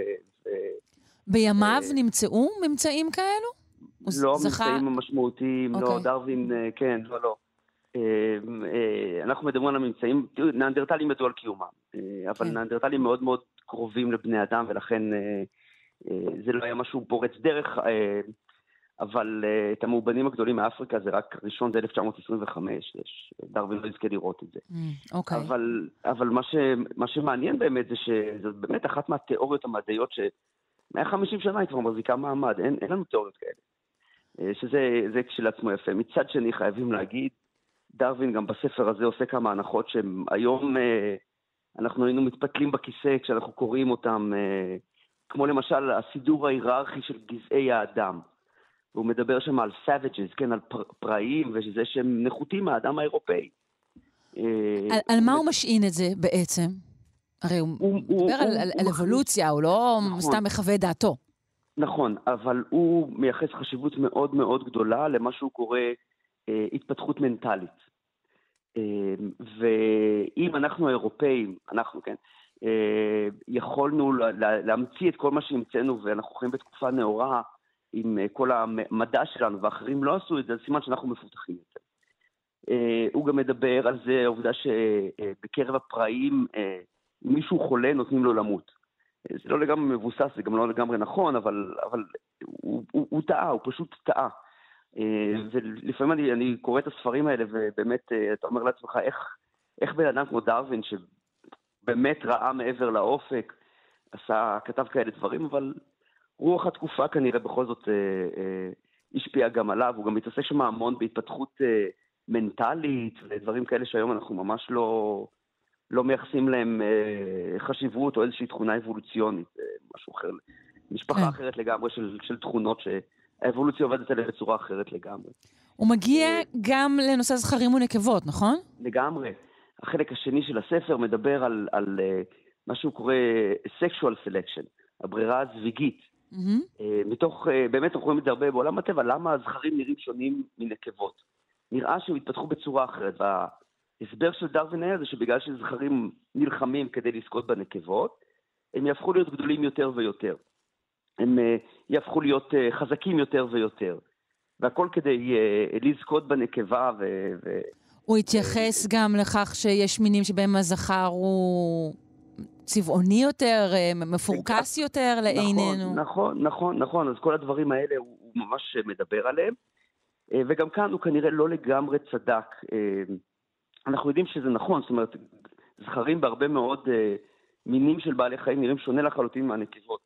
בימיו נמצאו ממצאים כאלו? לא ממצאים משמעותיים, לא, דרווין, כן, לא. אנחנו מדברים על הממצאים, נאנדרטלים ידעו על קיומם, אבל נאנדרטלים מאוד מאוד קרובים לבני אדם, ולכן זה לא היה משהו פורץ דרך, אבל את המאובנים הגדולים מאפריקה זה רק ראשון, זה 1925, דרווין לא יזכה לראות את זה. אבל מה שמעניין באמת זה שזו באמת אחת מהתיאוריות המדעיות ש150 שנה היא כבר מחזיקה מעמד, אין לנו תיאוריות כאלה. שזה כשלעצמו יפה. מצד שני חייבים להגיד, דרווין גם בספר הזה עושה כמה הנחות שהיום אנחנו היינו מתפתלים בכיסא כשאנחנו קוראים אותם, כמו למשל הסידור ההיררכי של גזעי האדם. והוא מדבר שם על savages, כן, על פראים, ושזה שהם נחותים מהאדם האירופאי. על מה הוא משעין את זה בעצם? הרי הוא מדבר על אבולוציה, הוא לא סתם מחווה דעתו. נכון, אבל הוא מייחס חשיבות מאוד מאוד גדולה למה שהוא קורא התפתחות מנטלית. ואם אנחנו האירופאים, כן, יכולנו להמציא את כל מה שהמצאנו, ואנחנו חיים בתקופה נאורה, עם כל המדע שלנו, ואחרים לא עשו את זה, זה סימן שאנחנו מפותחים יותר. הוא גם מדבר על זה, העובדה שבקרב הפראים, אם מישהו חולה, נותנים לו למות. זה לא לגמרי מבוסס, זה גם לא לגמרי נכון, אבל הוא טעה, הוא פשוט טעה. ולפעמים אני קורא את הספרים האלה, ובאמת, אתה אומר לעצמך, איך בן אדם כמו דרווין, שבאמת ראה מעבר לאופק, כתב כאלה דברים, אבל רוח התקופה כנראה בכל זאת השפיע גם עליו, הוא גם מתעסק שם המון בהתפתחות מנטלית, ודברים כאלה שהיום אנחנו ממש לא מייחסים להם חשיבות או איזושהי תכונה אבולוציונית, משהו אחר, משפחה אחרת לגמרי של תכונות שהאבולוציה עובדת עליה בצורה אחרת לגמרי. הוא מגיע גם לנושא זכרים ונקבות, נכון? לגמרי. החלק השני של הספר מדבר על מה שהוא קורא sexual selection, הברירה הזוויגית. מתוך, באמת אנחנו רואים את זה הרבה בעולם הטבע, למה הזכרים נראים שונים מנקבות? נראה שהם התפתחו בצורה אחרת, וההסבר של דרווין היה זה שבגלל שזכרים נלחמים כדי לזכות בנקבות, הם יהפכו להיות גדולים יותר ויותר. הם יהפכו להיות חזקים יותר ויותר. והכל כדי לזכות בנקבה הוא התייחס גם לכך שיש מינים שבהם הזכר הוא צבעוני יותר, מפורקס יותר לעינינו. נכון. אז כל הדברים האלה הוא ממש מדבר עליהם. וגם כאן הוא כנראה לא לגמרי צדק. אנחנו יודעים שזה נכון, זאת אומרת, זכרים בהרבה מאוד מינים של בעלי חיים נראים שונה לחלוטין מהנקבות.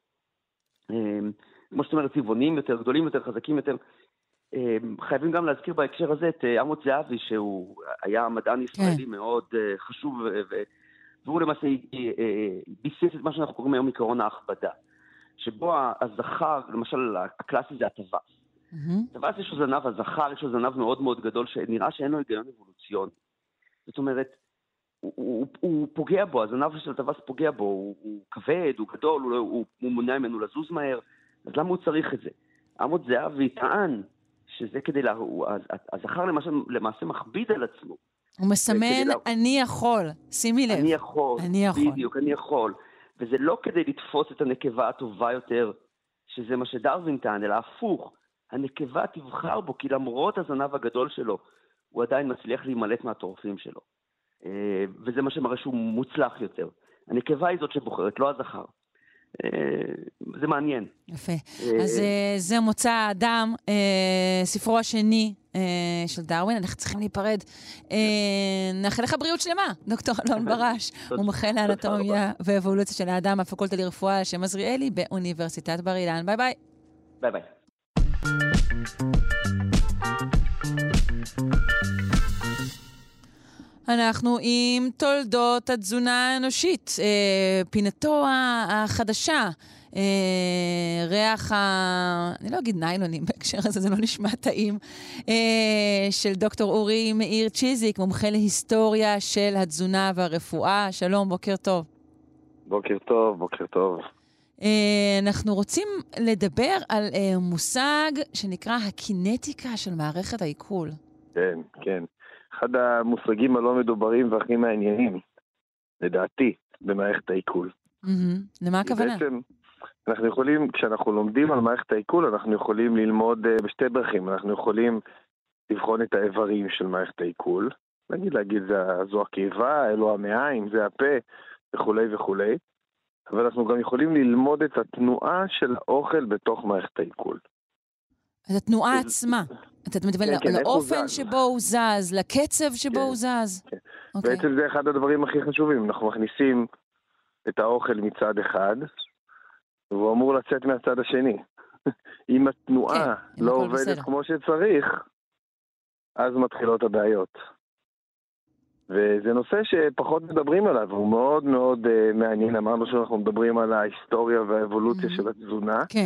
כמו שאת אומרת, צבעוניים יותר, גדולים יותר, חזקים יותר. חייבים גם להזכיר בהקשר הזה את עמוס זהבי, שהוא היה מדען ישראלי מאוד חשוב, והוא למעשה ביסס את מה שאנחנו קוראים היום עקרון ההכבדה, שבו הזכר, למשל הקלאסי זה הטווס. הטווס יש לו זנב, הזכר יש לו זנב מאוד מאוד גדול, שנראה שאין לו היגיון אבולוציוני. זאת אומרת, הוא פוגע בו, הזנב של הטווס פוגע בו, הוא כבד, הוא גדול, הוא מונע ממנו לזוז מהר, אז למה הוא צריך את זה? עמוס זהבי טען שזה כדי הזכר למעשה מכביד על עצמו. הוא מסמן, אני יכול, שימי לב. אני יכול, בדיוק, אני יכול. וזה לא כדי לתפוס את הנקבה הטובה יותר, שזה מה שדרווין טען, אלא הפוך. הנקבה תבחר בו, כי למרות הזנב הגדול שלו, הוא עדיין מצליח להימלט מהטורפים שלו. וזה מה שמראה שהוא מוצלח יותר. הנקבה היא זאת שבוחרת, לא הזכר. זה מעניין. יפה. אז זה מוצא האדם, ספרו השני של דרווין. אנחנו צריכים להיפרד. נאחל לך בריאות שלמה, דוקטור אלון ברש, מומחה לאנטומיה ואבולוציה של האדם, הפקולטה לרפואה על שם עזריאלי באוניברסיטת בר אילן. ביי ביי. ביי ביי. אנחנו עם תולדות התזונה האנושית, פינתו החדשה ריח אני לא אגיד ניילונים בהקשר הזה, זה לא נשמע טעים, של דוקטור אורי מאיר צ'יזיק, מומחה להיסטוריה של התזונה והרפואה. שלום, בוקר טוב. בוקר טוב, בוקר טוב. אנחנו רוצים לדבר על מושג שנקרא הקינטיקה של מערכת העיכול. כן, כן. אחד המושגים הלא מדוברים והכי מעניינים, לדעתי, במערכת העיכול. למה הכוונה? בעצם, אנחנו יכולים, כשאנחנו לומדים על מערכת העיכול, אנחנו יכולים ללמוד בשתי דרכים. אנחנו יכולים לבחון את האיברים של מערכת העיכול. להגיד, זו הקיבה, אלו המעיים, זה הפה, וכולי וכולי. אבל אנחנו גם יכולים ללמוד את התנועה של האוכל בתוך מערכת העיכול. את התנועה עצמה. אתה מתכוון לאופן שבו הוא זז, לקצב שבו הוא זז. בעצם זה אחד הדברים הכי חשובים. אנחנו מכניסים את האוכל מצד אחד, והוא אמור לצאת מהצד השני. אם התנועה לא עובדת כמו שצריך, אז מתחילות הבעיות. וזה נושא שפחות מדברים עליו, הוא מאוד מאוד מעניין. אמרנו שאנחנו מדברים על ההיסטוריה והאבולוציה של התזונה. כן.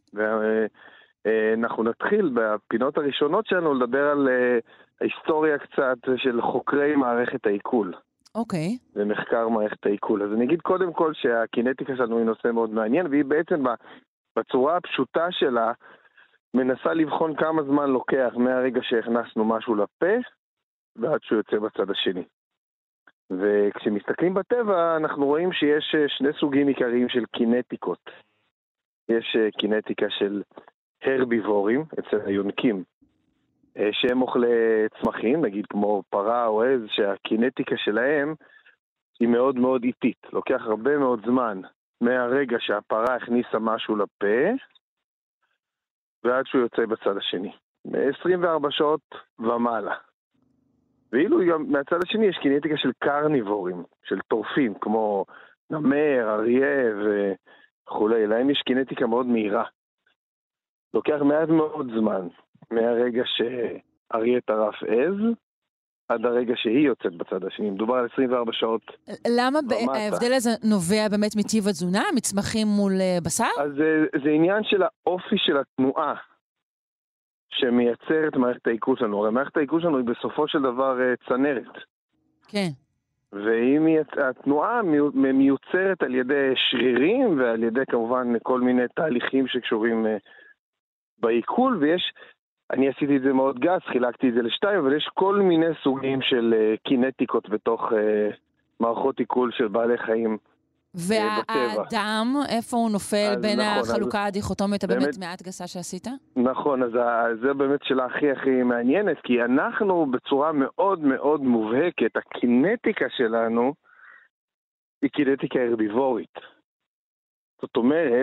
ואנחנו נתחיל בפינות הראשונות שלנו לדבר על ההיסטוריה קצת של חוקרי מערכת העיכול. אוקיי. ומחקר מערכת העיכול. אז אני אגיד קודם כל שהקינטיקה שלנו היא נושא מאוד מעניין, והיא בעצם בצורה הפשוטה שלה מנסה לבחון כמה זמן לוקח מהרגע שהכנסנו משהו לפה, ועד שהוא יוצא בצד השני. וכשמסתכלים בטבע, אנחנו רואים שיש שני סוגים עיקריים של קינטיקות. יש קינטיקה של הרביבורים, אצל היונקים, שהם אוכלי צמחים, נגיד כמו פרה או עז, שהקינטיקה שלהם היא מאוד מאוד איטית. לוקח הרבה מאוד זמן מהרגע שהפרה הכניסה משהו לפה, ועד שהוא יוצא בצד השני. 24 שעות ומעלה. ואילו גם מהצד השני יש קינטיקה של קרניבורים, של טורפים, כמו נמר, אריה וכולי. להם יש קינטיקה מאוד מהירה. לוקח מעט מאוד זמן, מהרגע שאריה טרף עז, עד הרגע שהיא יוצאת בצד השני. מדובר על 24 שעות. למה ההבדל הזה נובע באמת מטיב התזונה, מצמחים מול בשר? אז זה עניין של האופי של התנועה. שמייצר את מערכת העיכול שלנו. הרי מערכת העיכול שלנו היא בסופו של דבר צנרת. כן. ואם התנועה מיוצרת על ידי שרירים, ועל ידי כמובן כל מיני תהליכים שקשורים בעיכול, ויש, אני עשיתי את זה מאוד גס, חילקתי את זה לשתיים, אבל יש כל מיני סוגים של קינטיקות בתוך מערכות עיכול של בעלי חיים. והאדם, איפה הוא נופל בין החלוקה הדיכוטומית הבאמת מעט גסה שעשית? נכון, אז זה באמת שאלה הכי מעניינת, כי אנחנו בצורה מאוד מאוד מובהקת, הקינטיקה שלנו היא קינטיקה הרביבורית. זאת אומרת,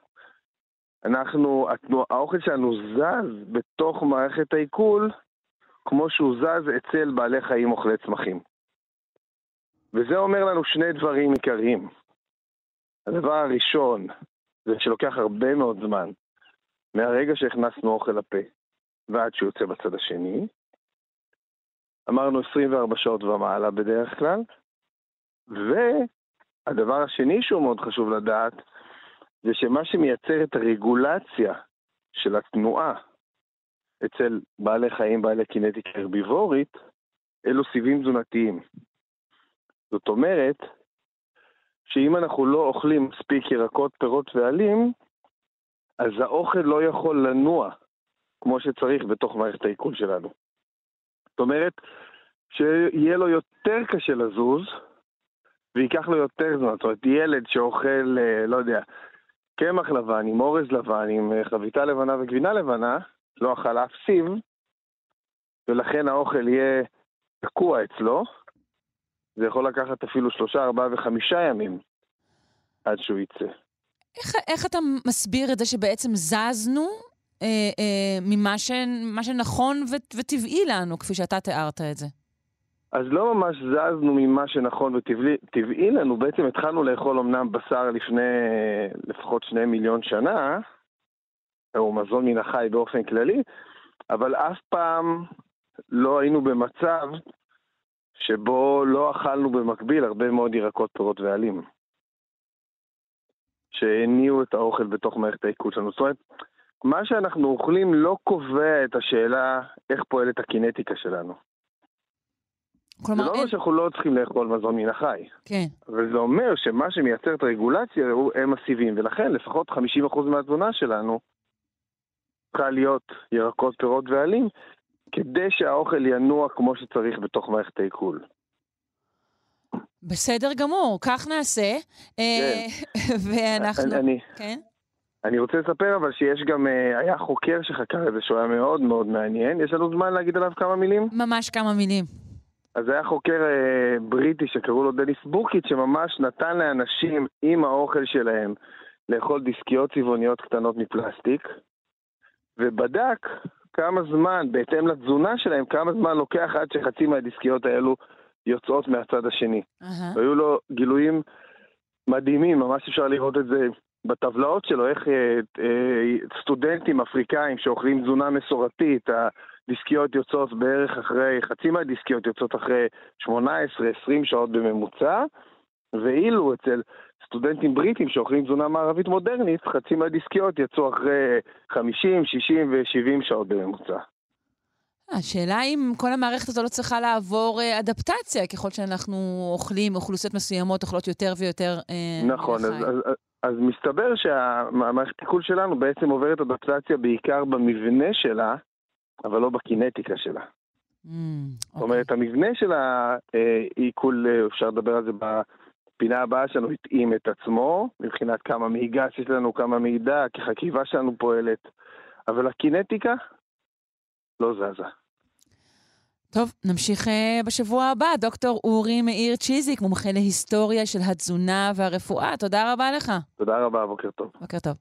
האוכל שלנו זז בתוך מערכת העיכול, כמו שהוא זז אצל בעלי חיים אוכלי צמחים. וזה אומר לנו שני דברים עיקריים. הדבר הראשון זה שלוקח הרבה מאוד זמן מהרגע שהכנסנו אוכל לפה ועד שהוא יוצא בצד השני. אמרנו 24 שעות ומעלה בדרך כלל. והדבר השני שהוא מאוד חשוב לדעת זה שמה שמייצר את הרגולציה של התנועה אצל בעלי חיים, בעלי קינטיקה הרביבורית, אלו סיבים תזונתיים. זאת אומרת, שאם אנחנו לא אוכלים מספיק ירקות, פירות ועלים, אז האוכל לא יכול לנוע כמו שצריך בתוך מערכת העיכול שלנו. זאת אומרת, שיהיה לו יותר קשה לזוז, ויקח לו יותר זמן. זאת אומרת, ילד שאוכל, לא יודע, קמח לבן, עם אורז לבן, עם חביתה לבנה וגבינה לבנה, לא אכל אף סיב, ולכן האוכל יהיה תקוע אצלו, זה יכול לקחת אפילו 3, 4 ו5 ימים עד שהוא יצא. איך אתה מסביר את זה שבעצם זזנו ממה שנכון וטבעי לנו, כפי שאתה תיארת את זה? אז לא ממש זזנו ממה שנכון וטבעי לנו, בעצם התחלנו לאכול אמנם בשר לפני לפחות 2 מיליון שנה, או מזון מן החי באופן כללי, אבל אף פעם לא היינו במצב שבו לא אכלנו במקביל הרבה מאוד ירקות, פירות ועלים. שהניעו את האוכל בתוך מערכת העיכול שלנו. זאת אומרת, מה שאנחנו אוכלים לא קובע את השאלה איך פועלת הקינטיקה שלנו. זה לא אומר שאנחנו לא צריכים לאכול מזון מן החי. כן. אבל זה אומר שמה שמייצר את הרגולציה הם הסיבים, ולכן לפחות 50% מהתזונה שלנו צריכה להיות ירקות, פירות ועלים, כדי שהאוכל ינוע כמו שצריך בתוך מערכת העיכול. בסדר גמור, כך נעשה. ואנחנו... כן? אני רוצה לספר אבל שיש גם, היה חוקר שחקר את זה שהוא היה מאוד מאוד מעניין. יש לנו זמן להגיד עליו כמה מילים? ממש כמה מילים. אז היה חוקר בריטי שקראו לו דניס בורקיט, שממש נתן לאנשים עם האוכל שלהם לאכול דיסקיות צבעוניות קטנות מפלסטיק, ובדק כמה זמן, בהתאם לתזונה שלהם, כמה זמן לוקח עד שחצי מהדיסקיות האלו יוצאות מהצד השני. והיו לו גילויים מדהימים, ממש אפשר לראות את זה בטבלאות שלו, איך סטודנטים אפריקאים שאוכלים תזונה מסורתית, הדיסקיות יוצאות בערך אחרי, חצי מהדיסקיות יוצאות אחרי 18-20 שעות בממוצע, ואילו אצל סטודנטים בריטים שאוכלים תזונה מערבית מודרנית, חצי מהדיסקיות יצאו אחרי 50, 60 ו-70 שעות בממוצע. השאלה אם כל המערכת הזו לא צריכה לעבור אדפטציה, ככל שאנחנו אוכלים, אוכלוסיות מסוימות אוכלות יותר ויותר נכון, אז מסתבר שהמערכת העיכול שלנו בעצם עוברת אדפטציה בעיקר במבנה שלה, אבל לא בקינטיקה שלה. זאת אומרת, המבנה של העיכול, אפשר לדבר על זה בפינה הבאה שלנו, התאים את עצמו, מבחינת כמה מהיגה שיש לנו, כמה מידע, כחקיבה שלנו פועלת, אבל הקינטיקה לא זזה. טוב, נמשיך בשבוע הבא. דוקטור אורי מאיר צ'יזיק, מומחה להיסטוריה של התזונה והרפואה. תודה רבה לך. תודה רבה, בוקר טוב. בוקר טוב.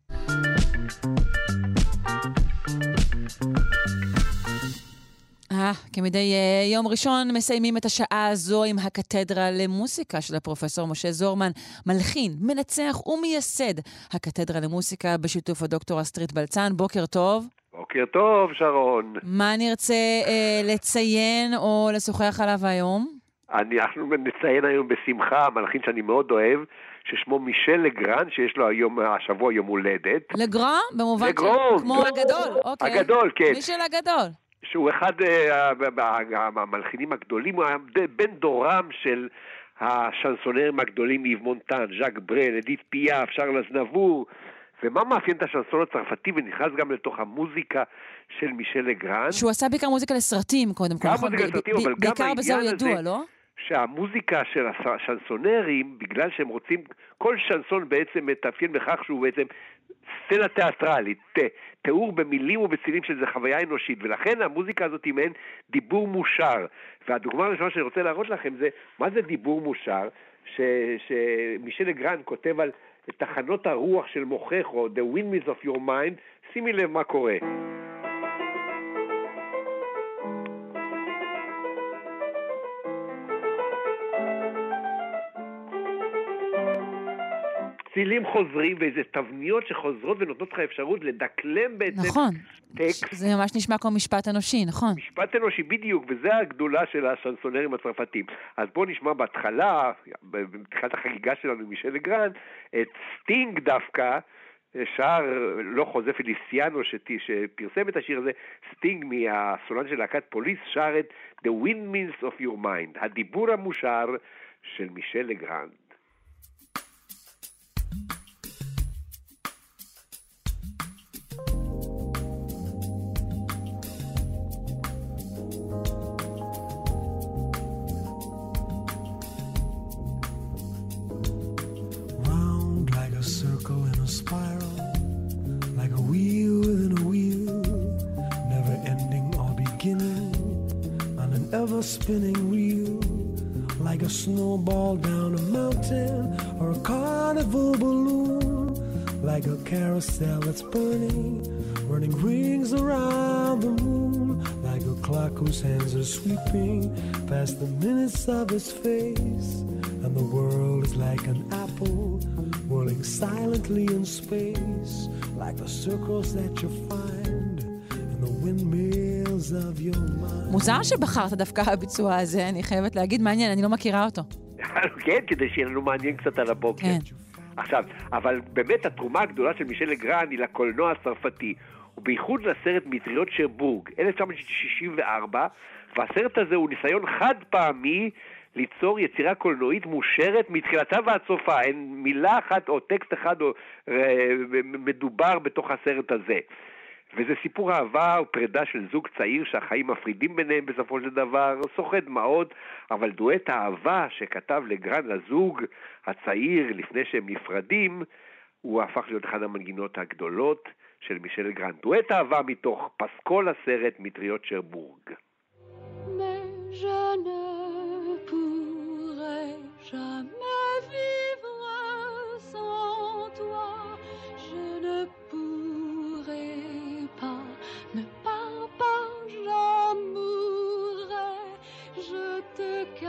כמדי יום ראשון מסיימים את השעה הזו עם הקתדרה למוסיקה של הפרופסור משה זורמן, מלחין, מנצח ומייסד הקתדרה למוסיקה בשיתוף הדוקטור אסטרית בלצן. בוקר טוב. בוקר טוב, שרון. מה נרצה לציין או לשוחח עליו היום? אנחנו נציין היום בשמחה, מלחין שאני מאוד אוהב, ששמו מישל לגרן, שיש לו היום, השבוע יום הולדת. לגרן? במובן כמו הגדול. אוקיי. הגדול, כן. מישל הגדול. שהוא אחד המלחינים הגדולים, הוא היה בן דורם של השנסונרים הגדולים, איב מונטן, ז'אק ברל, אדית פיאף, שרל אזנבור, ומה מאפיין את השנסון הצרפתי ונכנס גם לתוך המוזיקה של מישל לגרן. שהוא עשה בעיקר מוזיקה לסרטים קודם כל, נכון? בעיקר בזה הוא ידוע, לא? שהמוזיקה של השנסונרים, בגלל שהם רוצים, כל שנסון בעצם מתאפיין בכך שהוא בעצם סצנה תיאטרלית, תיאור במילים ובצילים של זה חוויה אנושית, ולכן המוזיקה הזאת היא מעין דיבור מושר. והדוגמה הראשונה שאני רוצה להראות לכם זה, מה זה דיבור מושר? שמישל לגרן כותב על תחנות הרוח של מוחך, או The Windmills of Your Mind. שימי לב מה קורה. צילים חוזרים ואיזה תבניות שחוזרות ונותנות לך אפשרות לדקלם בעצם נכון. טקסט. זה ממש נשמע כמו משפט אנושי, נכון? משפט אנושי בדיוק, וזה הגדולה של השנסונרים הצרפתים. אז בואו נשמע בהתחלה, בתחילת החגיגה שלנו מישל לגרן, את סטינג דווקא, שר לא חוזה פליסיאנו שפרסם את השיר הזה, סטינג מהסולן של להקת פוליס, שר את The Windmills of Your Mind, הדיבור המושר של מישל לגרן. Spinning wheel like a snowball down a mountain or a carnival balloon, like a carousel that's burning rings around the moon, like a clock whose hands are sweeping past the minutes of its face, and the world is like an apple whirling silently in space, like the circles that you find in the windmills of your mind. מוזר שבחרת דווקא הביצוע הזה, אני חייבת להגיד, מעניין, אני לא מכירה אותו. כן, כדי שיהיה לנו מעניין קצת על הבוקר. עכשיו, אבל באמת התרומה הגדולה של מישל לגרן היא לקולנוע הצרפתי, ובייחוד לסרט מטריות שרבורג, 1964, והסרט הזה הוא ניסיון חד פעמי ליצור יצירה קולנועית מושרת מתחילתה ועד סופה. אין מילה אחת או טקסט אחד או מדובר בתוך הסרט הזה. וזה סיפור אהבה ופרידה של זוג צעיר שהחיים מפרידים ביניהם בסופו של דבר, סוחט דמעות, אבל דואט האהבה שכתב לגרן לזוג הצעיר לפני שהם נפרדים, הוא הפך להיות אחד המנגינות הגדולות של מישל לגרן. דואט אהבה מתוך פסקול הסרט מטריות שרבורג. Jamais vivre sans toi, je ne pourrai pas, ne pars pas, j'en mourrai, je te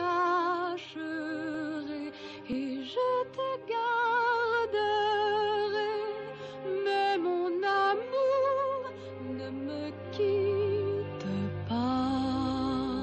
cacherai et je te garderai, mais mon amour ne me quitte pas.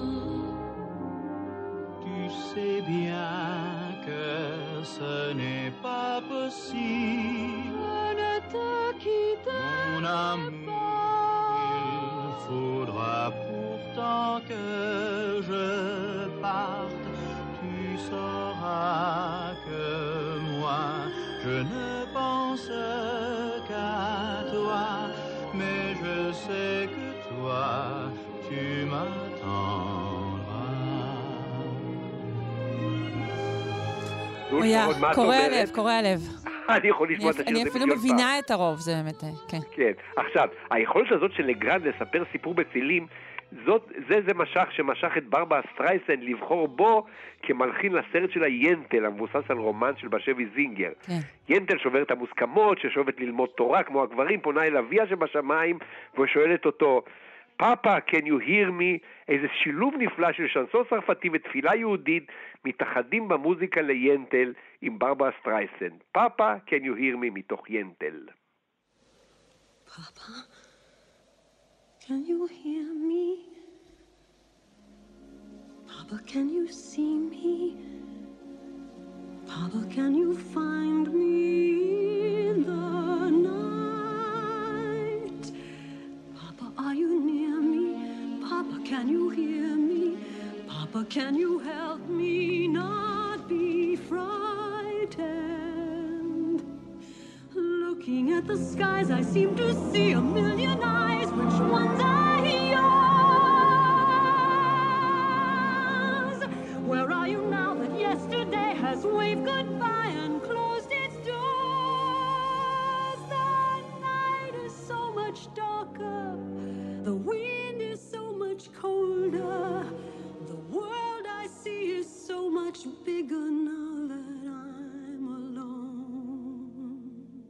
Tu sais bien que ce n'est pas possible. Je ne te quitterai mon amour, il faudra pourtant que je parte. Tu sauras que moi, je ne pense qu'à toi, mais je sais que toi, tu m'attendras. קורא הלב. אני יכול לשמוע את השיר הזה אני אפילו מבינה את הרוב, זה באמת, כן. כן, עכשיו, היכולת הזאת של לגרן לספר סיפור בצילים, זה משך שמשך את ברברה סטרייסנד לבחור בו כמלחין לסרט שלה ינטל, המבוסס על רומן של בשבי זינגר. כן. ינטל שובר את המוסכמות, ששואבת ללמוד תורה כמו הגברים, פונה אל אביה שבשמיים, ושואלת אותו, פאפה, can you hear me? איזה שילוב נפלא של שנסון צרפתי ותפילה יהודית מתאחדים במוזיקה ליינטל עם ברברה סטרייסנד. פאפה, can you hear me? מתוך ינטל. Papa, can you hear me? Papa, can you see me? Papa, can you find me in the night? Papa, are you near me? Papa, can you hear me? Papa, can you help me not be frightened? Looking at the skies, I seem to see a million eyes. Which ones are yours? Where are you now that yesterday has waved goodbye and closed its doors? The night is so much darker, the wind is so much colder, the world I see is so much bigger now that I'm alone.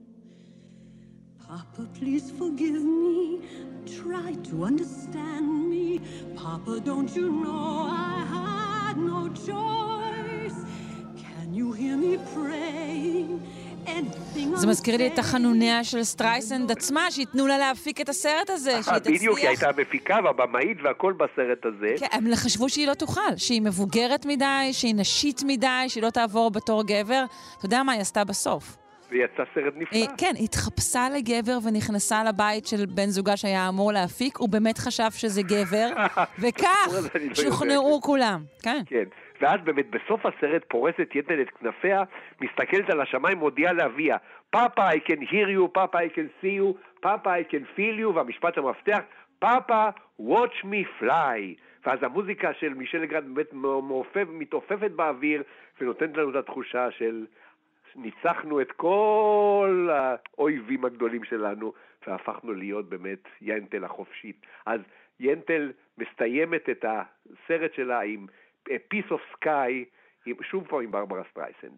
Papa, please forgive me, try to understand me. Papa, don't you know I had no choice? Can you hear me praying? זה מזכיר לי את החנוניה של סטרייסנד עצמה, שיתנו לה להפיק את הסרט הזה, שהיא תצליח. בדיוק, היא הייתה מפיקה והבמאית והכל בסרט הזה. כן, הם חשבו שהיא לא תוכל, שהיא מבוגרת מדי, שהיא נשית מדי, שהיא לא תעבור בתור גבר. אתה יודע מה היא עשתה בסוף? ויצא סרט נפלא. כן, היא התחפשה לגבר ונכנסה לבית של בן זוגה שהיה אמור להפיק, הוא באמת חשב שזה גבר, וכך שוכנעו כולם. כן. כן. ואז באמת בסוף הסרט פורסת ינטל את כנפיה, מסתכלת על השמיים, מודיעה לאביה, פאפה, I can hear you, פאפה, I can see you, פאפה, I can feel you, והמשפט המפתח, פאפה, watch me fly. ואז המוזיקה של מישל לגרן באמת מתעופפת באוויר, ונותנת לנו את התחושה של ניצחנו את כל האויבים הגדולים שלנו, והפכנו להיות באמת ינטל החופשית. אז ינטל מסתיימת את הסרט שלה עם A Piece of Sky, שוב פה עם ברברה סטרייסנד.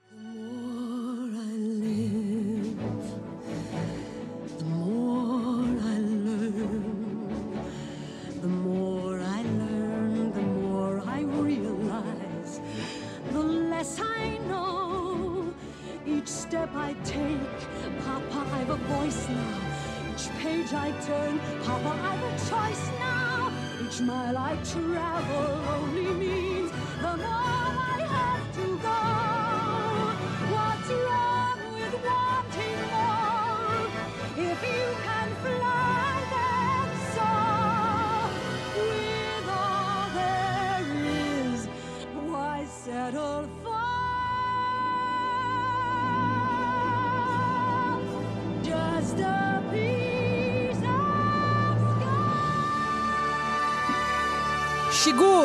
The more I learn, the more I learn, the more I realize, the less I know. Each step I take, Papa, I've a voice now. Each page I turn, Papa, I've a choice now. Each mile I travel only means the more I have to go. What's wrong שיגור.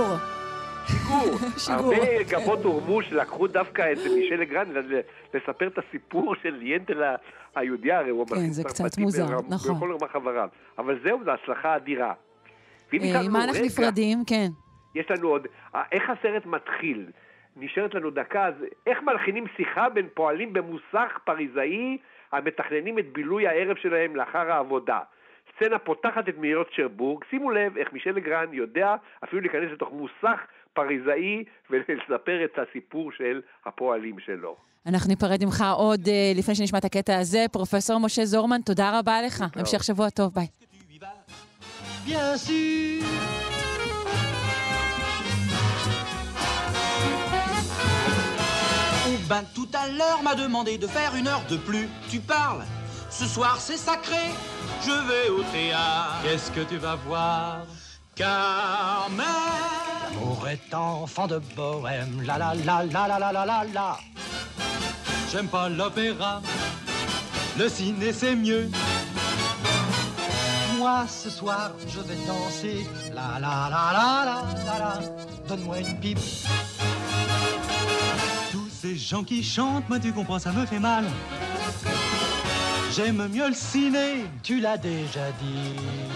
הרבה גבות הורמו שלקחו דווקא את מישל לגרן לספר את הסיפור של ינטל היהודיה, הרי הוא כן, זה קצת מוזר, נכון. בכל רמה חבריו. אבל זהו, זו הצלחה אדירה. מה אנחנו נפרדים? כן. יש לנו עוד, איך הסרט מתחיל? נשארת לנו דקה, אז איך מלחינים שיחה בין פועלים במוסך פריזאי המתכננים את בילוי הערב שלהם לאחר העבודה? סצנה פותחת את מהירות שרבורג, שימו לב איך מישל לגרן יודע אפילו להיכנס לתוך מוסך פריזאי ולספר את הסיפור של הפועלים שלו. אנחנו ניפרד ממך עוד לפני שנשמע את הקטע הזה. פרופסור משה זורמן, תודה רבה לך. המשך שבוע טוב, ביי. Bien sûr. Ben tout à l'heure m'a demandé de faire une heure de plus. Tu parles? Ce soir c'est sacré. Je vais au théâtre. Qu'est-ce que tu vas voir? Carmen. L'amour est enfant de bohème. La la la la la la la la la. J'aime pas l'opéra. Le ciné c'est mieux. Moi ce soir je vais danser. La la la la la la la. Donne-moi une pipe. Tous ces gens qui chantent, moi tu comprends ça me fait mal. J'aime mieux le ciné, tu l'as déjà dit.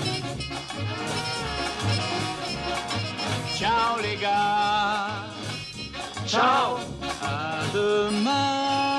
Ciao les gars. Ciao. À demain.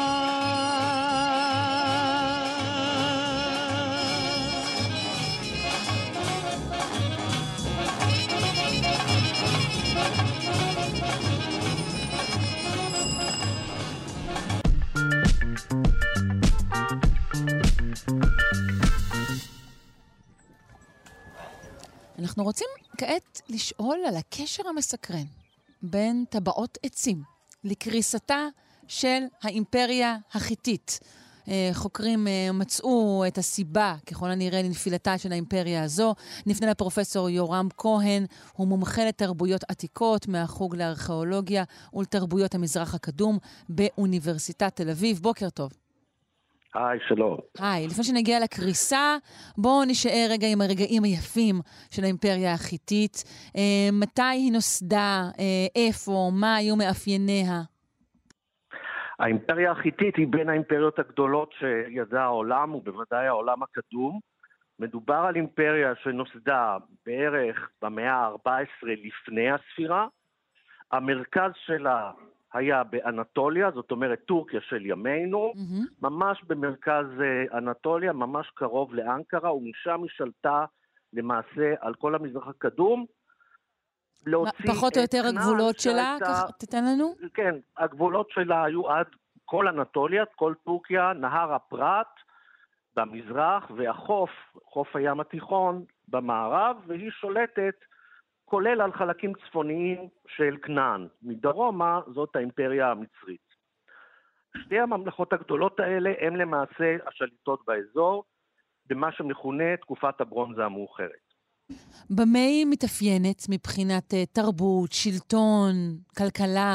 אנחנו רוצים כעת לשאול על הקשר המסקרן בין טבעות עצים לקריסתה של האימפריה החיתית. חוקרים מצאו את הסיבה, ככל הנראה, לנפילתה של האימפריה הזו. נפנה לפרופסור יורם כהן, הוא מומחה לתרבויות עתיקות מהחוג לארכיאולוגיה ולתרבויות המזרח הקדום באוניברסיטת תל אביב. בוקר טוב. היי, שלום. היי, לפני שנגיע לקריסה, בואו נשאר רגע עם הרגעים היפים של האימפריה החיתית. מתי היא נוסדה? איפה? מה היו מאפייניה? האימפריה החיתית היא בין האימפריות הגדולות שידע העולם, ובוודאי העולם הקדום. מדובר על אימפריה שנוסדה בערך במאה ה-14 לפני הספירה. המרכז שלה היה באנטוליה, זאת אומרת טורקיה של ימינו, ממש במרכז אנטוליה, ממש קרוב לאנקרה, ומשם היא שלטה למעשה על כל המזרח הקדום. פחות או יותר הגבולות שלה, תתן לנו? כן, הגבולות שלה היו עד כל אנטוליה, כל טורקיה, נהר הפרת במזרח, והחוף, חוף הים התיכון במערב, והיא שולטת כולל על חלקים צפוניים של כנען. מדרומה זאת האימפריה המצרית. שתי הממלכות הגדולות האלה הן למעשה השליטות באזור, במה שמכונה תקופת הברונזה המאוחרת. במה היא מתאפיינת מבחינת תרבות, שלטון, כלכלה?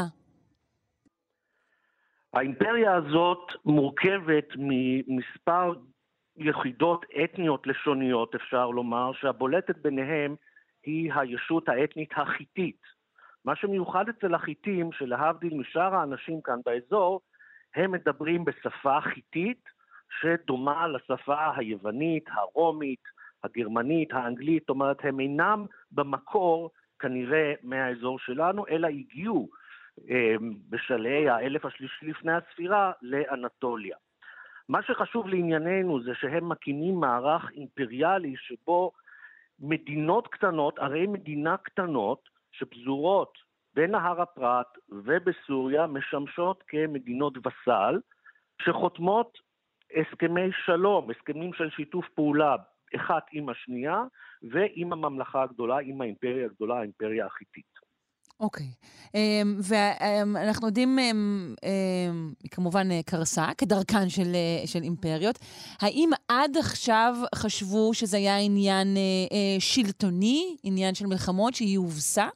האימפריה הזאת מורכבת ממספר יחידות אתניות לשוניות, אפשר לומר, שהבולטת ביניהם היא הישות האתנית החיתית. מה שמיוחד אצל החיתים, שלהבדיל משאר האנשים כאן באזור, הם מדברים בשפה חיתית, שדומה לשפה היוונית, הרומית, הגרמנית, האנגלית, זאת אומרת, הם אינם במקור כנראה מהאזור שלנו, אלא הגיעו בשלהי האלף השלישי לפני הספירה לאנטוליה. מה שחשוב לענייננו זה שהם מקימים מערך אימפריאלי שבו מדינות קטנות, הרי מדינה קטנות שפזורות בנהר הפרת ובסוריה משמשות כמדינות וסל, שחותמות הסכמי שלום, הסכמים של שיתוף פעולה אחת עם השנייה, ועם הממלכה הגדולה, עם האימפריה הגדולה, האימפריה החיתית. אוקיי. ואנחנו יודעים, כמובן קרסה, כדרכן של אימפריות. האם עד עכשיו חשבו שזה היה עניין שלטוני, עניין של מלחמות, שהיא הובסה?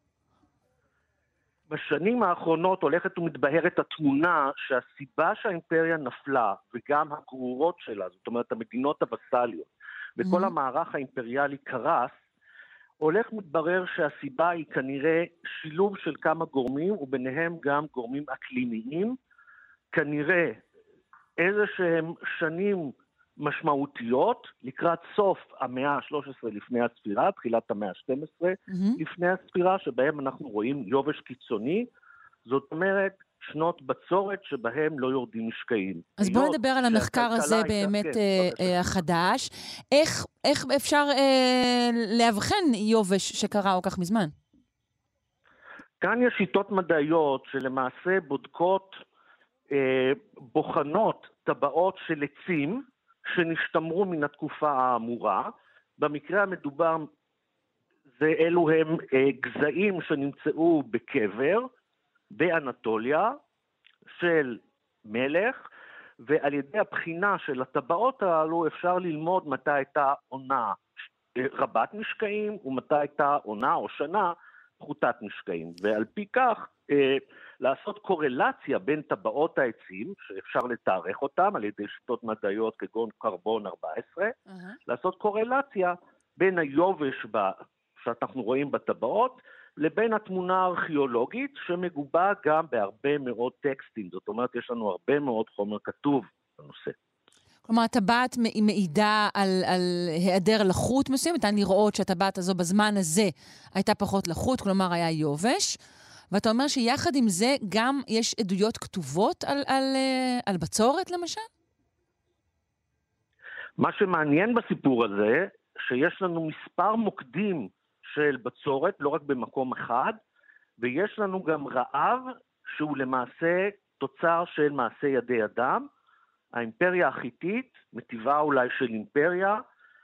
בשנים האחרונות הולכת ומתבהרת התמונה שהסיבה שהאימפריה נפלה, וגם הגרורות שלה, זאת אומרת המדינות הבסליות, וכל המערך האימפריאלי קרס, הולך מתברר שהסיבה היא כנראה שילוב של כמה גורמים, וביניהם גם גורמים אקלימיים, כנראה איזה שהם שנים משמעותיות, לקראת סוף המאה ה-13 לפני הספירה, תחילת המאה ה-12 לפני הספירה, שבהם אנחנו רואים יובש קיצוני, זאת אומרת, שנות בצורת שבהם לא יורדים משקעים. אז בואו נדבר על המחקר הזה באמת החדש. איך אפשר להבחן יובש שקרה או כך מזמן? כאן יש שיטות מדעיות שלמעשה בודקות, בוחנות טבעות של עצים שנשתמרו מן התקופה האמורה. במקרה המדובר אלו הם גזעים שנמצאו בקבר, באנטוליה של מלך, ועל ידי הבחינה של הטבעות הללו אפשר ללמוד מתי הייתה עונה רבת משקעים ומתי הייתה עונה או שנה פחותת משקעים, ועל פי כך לעשות קורלציה בין טבעות העצים שאפשר לתארך אותם על ידי שיטות מדעיות כגון קרבון 14, לעשות קורלציה בין היובש שאנחנו רואים בטבעות לבין התמונה הארכיאולוגית שמגובה גם בהרבה מאוד טקסטים. זאת אומרת, יש לנו הרבה מאוד חומר כתוב בנושא. כלומר, הטבעת מעידה על היעדר לחות מסוים, ניתן לראות שהטבעת הזו בזמן הזה הייתה פחות לחות, כלומר היה יובש, ואתה אומר שיחד עם זה גם יש עדויות כתובות על בצורת למשל? מה שמעניין בסיפור הזה, שיש לנו מספר מוקדים של בצורת, לא רק במקום אחד, ויש לנו גם רעב שהוא למעשה תוצר של מעשה ידי אדם. האימפריה החיתית, מטבעה אולי של אימפריה,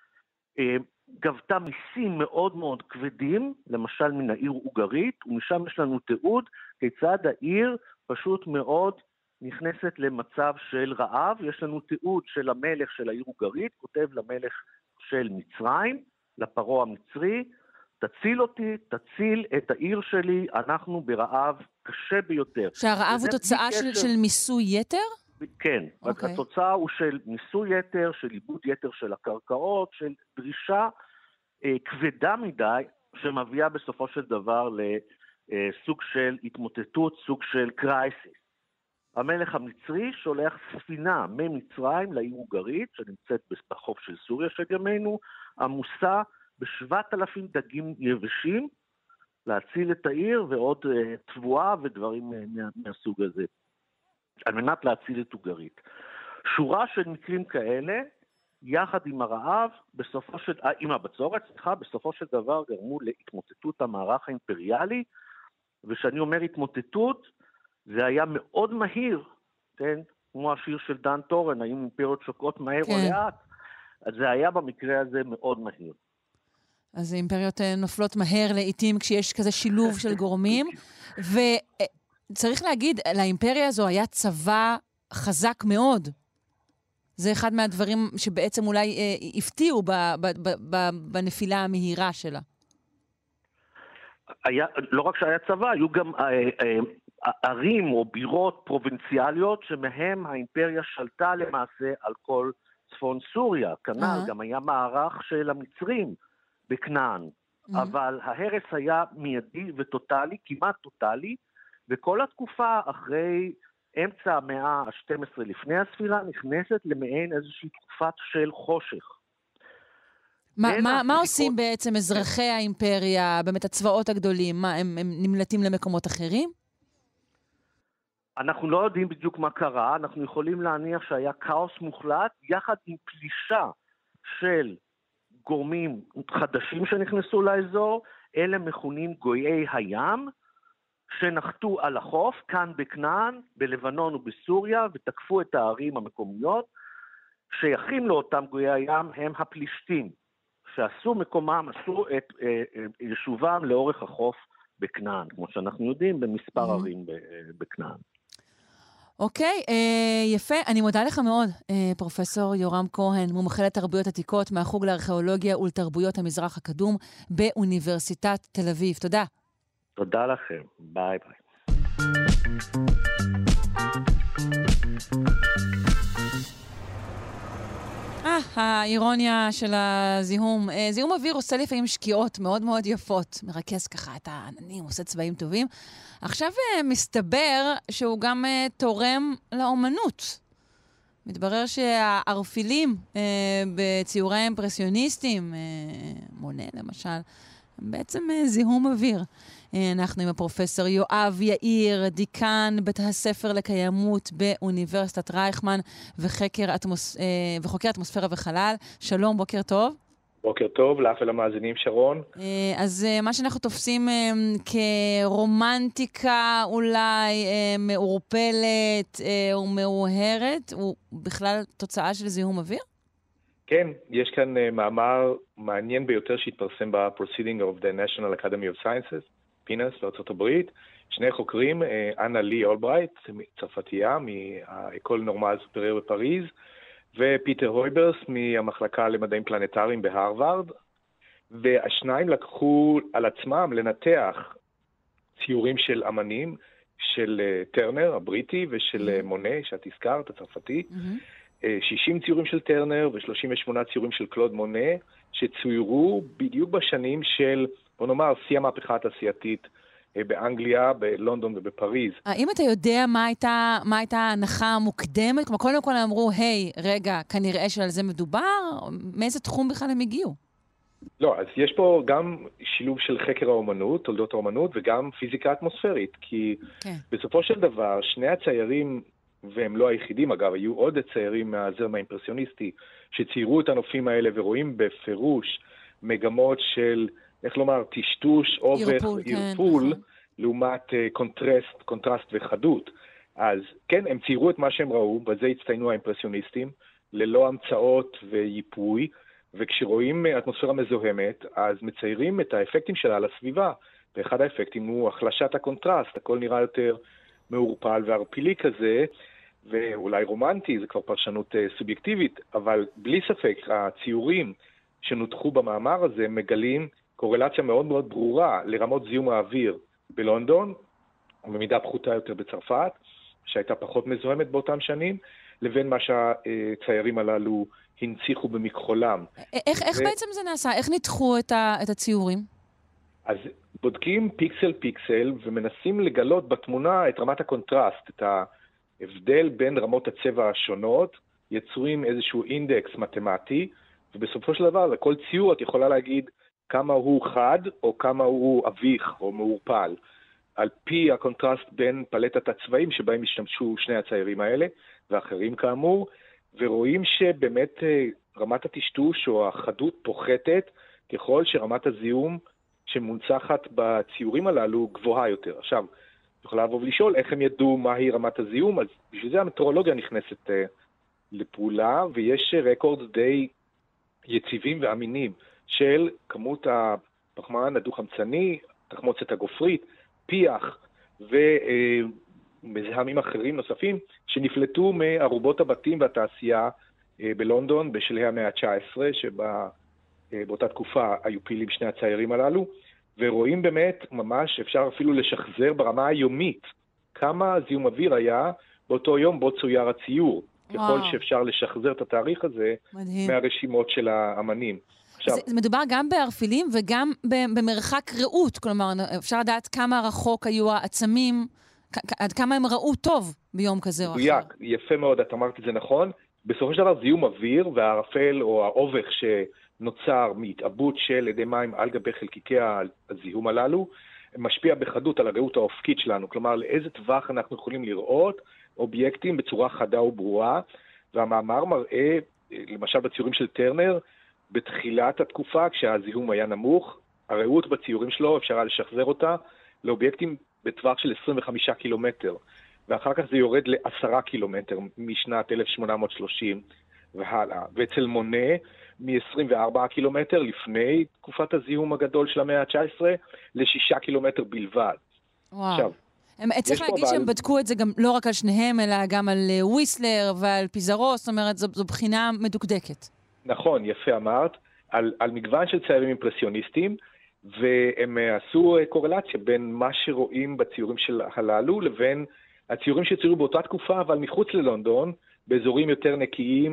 גבתה מיסים מאוד מאוד כבדים, למשל מן העיר אוגרית, ומשם יש לנו תיעוד כיצד העיר פשוט מאוד נכנסת למצב של רעב. יש לנו תיעוד של המלך של העיר אוגרית, כותב למלך של מצרים, לפרעה המצרי, תציל אותי, תציל את העיר שלי, אנחנו ברעב קשה ביותר. שהרעב הוא תוצאה של מיסוי יתר? כן, התוצאה הוא של מיסוי יתר, של איבוד יתר של הקרקעות, של דרישה כבדה מדי, שמביאה בסופו של דבר לסוג של התמוטטות, סוג של קרייסיס. המלך המצרי שולח ספינה ממצרים לעיר אוגרית, שנמצאת בחוף של סוריה של ימינו, עמוסה ב7,000 דגים יבשים, להציל את העיר ועוד תבואה ודברים מהסוג הזה, על מנת להציל את אוגרית. שורה של מקרים כאלה, יחד עם הרעב, עם הבצורת, בסופו של דבר גרמו להתמוטטות המערך האימפריאלי, ושאני אומר התמוטטות, זה היה מאוד מהיר, כן? כמו השיר של דן טורן, האם אימפריות שוקעות מהר או לאט, אז זה היה במקרה הזה מאוד מהיר. אז האימפריות נופלות מהר לעתים כשיש כזה שילוב של גורמים, וצריך להגיד, לאימפריה הזו היה צבא חזק מאוד. זה אחד מהדברים שבעצם אולי הפתיעו בנפילה המהירה שלה. לא רק שהיה צבא, היו גם ערים או בירות פרובינציאליות שמהם האימפריה שלטה למעשה על כל צפון סוריה. כנ"ל גם היה מערך של המצרים בכנען, אבל ההרס היה מיידי וטוטלי, כמעט טוטלי, וכל התקופה אחרי אמצע המאה ה-12 לפני הספירה נכנסת למעין איזושהי תקופת של חושך. מה עושים בעצם אזרחי האימפריה, באמת הצבאות הגדולים? מה, הם נמלטים למקומות אחרים? אנחנו לא יודעים בדיוק מה קרה, אנחנו יכולים להניח שהיה כאוס מוחלט, יחד עם פלישה של גורמים חדשים שנכנסו לאזור, אלה מכונים גויי הים, שנחתו על החוף, כאן בכנען, בלבנון ובסוריה, ותקפו את הערים המקומיות. שייכים לאותם גויי הים הם הפלישתים, שעשו מקומם, עשו את יישובם לאורך החוף בכנען, כמו שאנחנו יודעים, במספר ערים בכנען. אוקיי, יפה. אני מודה לך מאוד, פרופסור יורם כהן, מומחה לתרבויות עתיקות מהחוג לארכיאולוגיה ולתרבויות המזרח הקדום באוניברסיטת תל אביב. תודה. תודה לכם. ביי ביי. האירוניה של הזיהום. זיהום אוויר עושה לפעמים שקיעות מאוד מאוד יפות, מרכז ככה את העננים, עושה צבעים טובים. עכשיו מסתבר שהוא גם תורם לאומנות. מתברר שהארפילים בציורי האימפרסיוניסטים, מונה למשל, הם בעצם זיהום אוויר. אנחנו עם הפרופסור יואב יאיר, דיקן בית הספר לקיימות באוניברסיטת רייכמן וחוקר אטמוספירה וחלל. שלום, בוקר טוב. בוקר טוב, לך ולמאזינים שרון. אז מה שאנחנו תופסים כרומנטיקה אולי מעורפלת ומאוהרת, הוא בכלל תוצאה של זיהום אוויר? כן, יש כאן מאמר מעניין ביותר שהתפרסם ב-Proceeding of the National Academy of Sciences, פינס בארצות הברית. שני חוקרים, אנה לי אולברייט, צרפתייה, מהאקול נורמל סופרייר בפריז, ופיטר הויברס מהמחלקה למדעים פלנטריים בהרווארד, והשניים לקחו על עצמם לנתח ציורים של אמנים, של טרנר הבריטי ושל מונה, שאת הזכרת, הצרפתי, 60 ציורים של טרנר ו38 ציורים של קלוד מונה, שצוירו בדיוק בשנים של, בוא נאמר, שיא המהפכה התעשייתית באנגליה, בלונדון ובפריז. האם אתה יודע מה הייתה ההנחה המוקדמת? כלומר, קודם כל אמרו, היי, רגע, כנראה שעל זה מדובר? מאיזה תחום בכלל הם הגיעו? לא, אז יש פה גם שילוב של חקר האומנות, תולדות האומנות, וגם פיזיקה אטמוספרית, כי בסופו של דבר, שני הציירים, והם לא היחידים אגב, היו עוד ציירים מהזרם האימפרסיוניסטי, שציירו את הנופים האלה ורואים בפירוש מגמות של, איך לומר, טשטוש, אובך, ערפול, לעומת קונטרסט וחדות. אז כן, הם ציירו את מה שהם ראו, בזה הצטיינו האימפרסיוניסטים, ללא המצאות ויפוי, וכשרואים אטמוספירה מזוהמת, אז מציירים את האפקטים שלה על הסביבה, ואחד האפקטים הוא החלשת הקונטרסט, הכל נראה יותר מעורפל וערפילי כזה, ואולי רומנטי, זה כבר פרשנות סובייקטיבית, אבל בלי ספק, הציורים שנותחו במאמר הזה מגלים קורלציה מאוד מאוד ברורה לרמות זיהום האוויר בלונדון, ובמידה פחותה יותר בצרפת, שהייתה פחות מזוהמת באותם שנים, לבין מה שהציירים הללו הנציחו במכחולם. איך בעצם זה נעשה? איך ניתחו את הציורים? אז בודקים פיקסל ומנסים לגלות בתמונה את רמת הקונטרסט, את ההבדל בין רמות הצבע השונות, יצורים איזשהו אינדקס מתמטי, ובסופו של דבר לכל ציור את יכולה להגיד כמה הוא חד או כמה הוא אביך או מעורפל, על פי הקונטרסט בין פלטת הצבעים שבהם השתמשו שני הציירים האלה, ואחרים כאמור, ורואים שבאמת רמת הטשטוש או החדות פוחתת ככל שרמת הזיהום שמונצחת בציורים הללו גבוהה יותר. עכשיו, יכולה לבוא ולשאול איך הם ידעו מהי רמת הזיהום, אז בשביל זה המטאורולוגיה נכנסת לפעולה, ויש רקורד די יציבים ואמינים של כמות הפחמן הדו-חמצני, תחמוצת הגופרית, פיח ומזהמים אחרים נוספים שנפלטו מארובות הבתים והתעשייה בלונדון בשלהי המאה ה-19, שבאותה תקופה היו פעילים שני הציירים הללו, ורואים באמת ממש אפשר אפילו לשחזר ברמה היומית כמה זיהום אוויר היה באותו יום בו צויר הציור, ככל שאפשר לשחזר את התאריך הזה מהרשימות של האמנים. זה מדובר גם בארפילים וגם במרחק ראות, כלומר אפשר לדעת כמה רחוק היו העצמים, עד כמה הם ראו טוב ביום כזה או אחר. יפה מאוד, את אמרת את זה נכון. בסופו של דבר זיהום אוויר והערפל או האובך שנוצר מהתאבות של ידי מים על גבי חלקיקי הזיהום הללו, משפיע בחדות על הראות האופקית שלנו, כלומר לאיזה טווח אנחנו יכולים לראות אובייקטים בצורה חדה וברורה, והמאמר מראה, למשל בציורים של טרנר, בתחילת התקופה כשהזיהום היה נמוך, הראות בציורים שלו אפשר לשחזר אותה לאובייקטים בטווח של 25 קילומטר, ואחר כך זה יורד ל10 קילומטר משנת 1830 והלאה. ואצל מונה מ-24 קילומטר לפני תקופת הזיהום הגדול של המאה ה-19 ל6 קילומטר בלבד. וואו. עכשיו, צריך להגיד שהם בדקו את זה גם לא רק על שניהם, אלא גם על וויסלר ועל פיזרו, זאת אומרת, זו בחינה מדוקדקת. נכון, יפה אמרת, על מגוון של ציירים אימפרסיוניסטים, והם עשו קורלציה בין מה שרואים בציורים של הללו, לבין הציורים שציירו באותה תקופה, אבל מחוץ ללונדון, באזורים יותר נקיים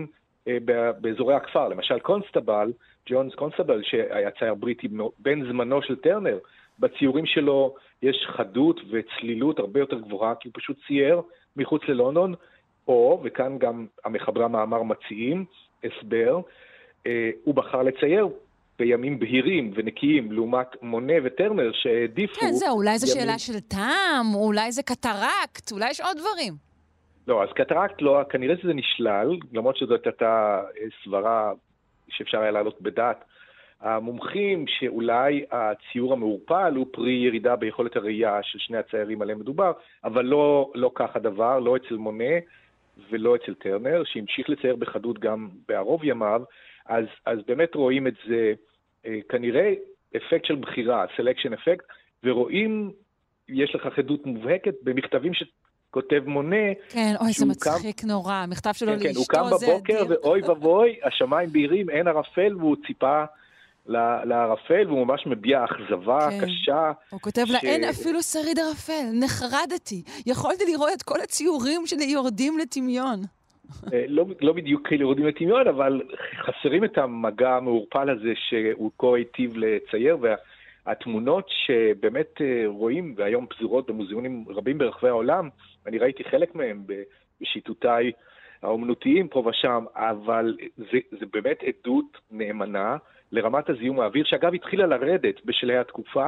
באזורי הכפר. למשל קונסטבל, ג'ונס קונסטבל, שהיה צייר בריטי בין זמנו של טרנר, בציורים שלו יש חדות וצלילות הרבה יותר גבוהה, כי הוא פשוט צייר מחוץ ללונדון, או, וכאן גם המחברי המאמר מציעים, הסבר, הוא בחר לצייר בימים בהירים ונקיים, לעומת מונה וטרנר שהעדיפו... כן, זהו, אולי זו שאלה של טעם, אולי זה קטרקט, אולי יש עוד דברים. לא, אז קטרקט לא, כנראה שזה נשלל, למרות שזאת הייתה סברה שאפשר היה לעלות בדעת. המומחים שאולי הציור המעורפל הוא פרי ירידה ביכולת הראייה של שני הציירים עליהם מדובר, אבל לא כך הדבר, לא אצל מונה ולא אצל טרנר, שהמשיך לצייר בחדות גם בערוב ימיו, אז באמת רואים את זה כנראה אפקט של בחירה, סלקשן אפקט, ורואים, יש לך חדות מובהקת במכתבים שכותב מונה. כן, אוי, זה מצחיק נורא, המכתב שלו לאשתו זה... הוא קם בבוקר ואוי ובוי, השמיים בהירים, אין ערפל, והוא ציפה לערפל, והוא ממש מביע אכזבה קשה. הוא כותב לה, אין אפילו שריד ערפל, נחרדתי, יכולתי לראות את כל הציורים שלי יורדים לטמיון. לא בדיוק כאלה יורדים לטמיון, אבל חסרים את המגע המעורפל הזה שהוא כה היטיב לצייר, והתמונות שבאמת רואים, והיום פזורות במוזיאונים רבים ברחבי העולם, אני ראיתי חלק מהם בשיטותיי האומנותיים פה ושם, אבל זה באמת עדות נאמנה לרמת הזיהום האוויר, שאגב התחילה לרדת בשלהי התקופה,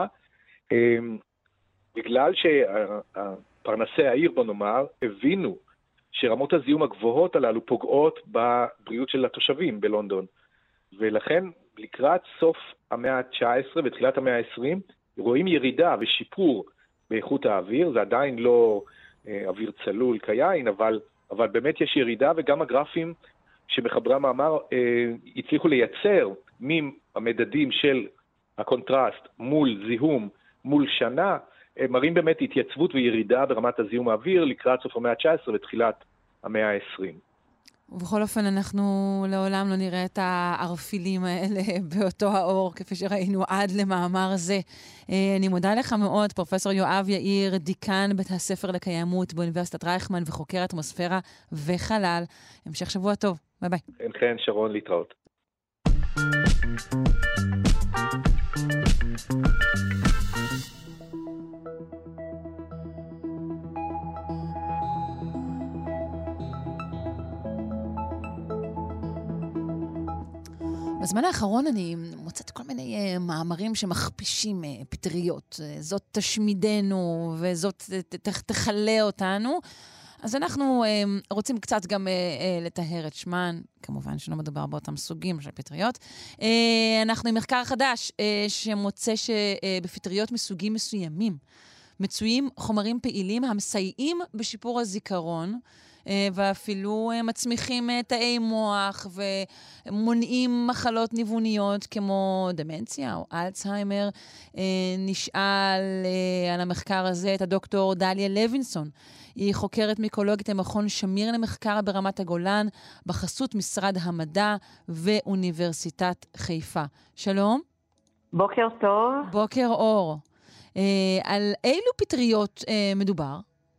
בגלל שפרנסי העיר, בוא נאמר, הבינו שרמות הזיהום הגבוהות הללו פוגעות בבריאות של התושבים בלונדון. ולכן לקראת סוף המאה ה-19 ותחילת המאה ה-20, רואים ירידה ושיפור באיכות האוויר, זה עדיין לא אוויר צלול כיין, אבל באמת יש ירידה, וגם הגרפים שמחברי המאמר הצליחו לייצר מהמדדים של הקונטרסט מול זיהום, מול שנה, מראים באמת התייצבות וירידה ברמת הזיהום האוויר לקראת סוף המאה ה-19 ותחילת המאה ה-20. ובכל אופן אנחנו לעולם לא נראה את הערפילים האלה באותו האור, כפי שראינו עד למאמר זה. אני מודה לך מאוד, פרופסור יואב יאיר, דיקן בית הספר לקיימות באוניברסיטת רייכמן וחוקר אטמוספירה וחלל. המשך שבוע טוב, ביי ביי. כן, שרון, להתראות. בזמן האחרון אני מוצאת כל מיני מאמרים שמכפישים פטריות. זאת תשמידנו וזאת תחלה אותנו. אז אנחנו רוצים קצת גם לטהר את שמן, כמובן שלא מדובר באותם סוגים של פטריות. אנחנו עם מחקר חדש שמוצא שבפטריות מסוגים מסוימים מצויים חומרים פעילים המסייעים בשיפור הזיכרון, ואפילו מצמיחים תאי מוח ומונעים מחלות ניווניות כמו דמנציה או אלצהיימר. נשאל על המחקר הזה את הדוקטור דליה לוינסון. היא חוקרת מיקולוגית במכון שמיר למחקר ברמת הגולן, בחסות משרד המדע ואוניברסיטת חיפה. שלום. בוקר טוב. בוקר אור. על אילו פטריות מדובר?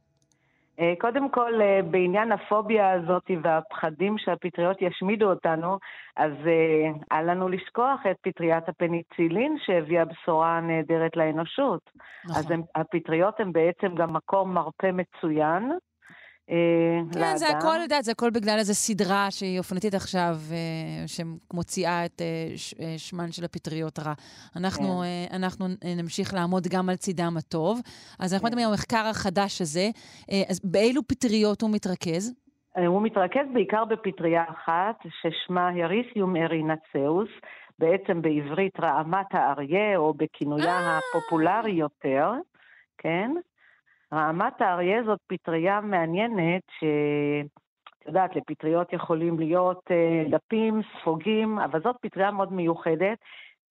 קודם כל, בעניין הפוביה הזאת והפחדים שהפטריות ישמידו אותנו, אז על לנו לשכוח את פטריית הפניצילין שהביאה בשורה נהדרת לאנושות. נכון. אז הפטריות הן בעצם גם מקור מרפא מצוין. כן, זה הכל, זה הכל בגלל איזו סדרה שהיא אופנתית עכשיו, שמוציאה את שמן של הפטריות רע. אנחנו נמשיך לעמוד גם על צידם הטוב. אז אנחנו מדברים על המחקר החדש הזה. אז באילו פטריות הוא מתרכז? הוא מתרכז בעיקר בפטריה אחת, ששמה הריסיום ארינצאוס, בעצם בעברית רעמת האריה, או בכינויה הפופולרי יותר, כן? רעמת האריה זאת פטריה מעניינת, שאת יודעת, לפטריות יכולים להיות דפים, ספוגים, אבל זאת פטריה מאוד מיוחדת.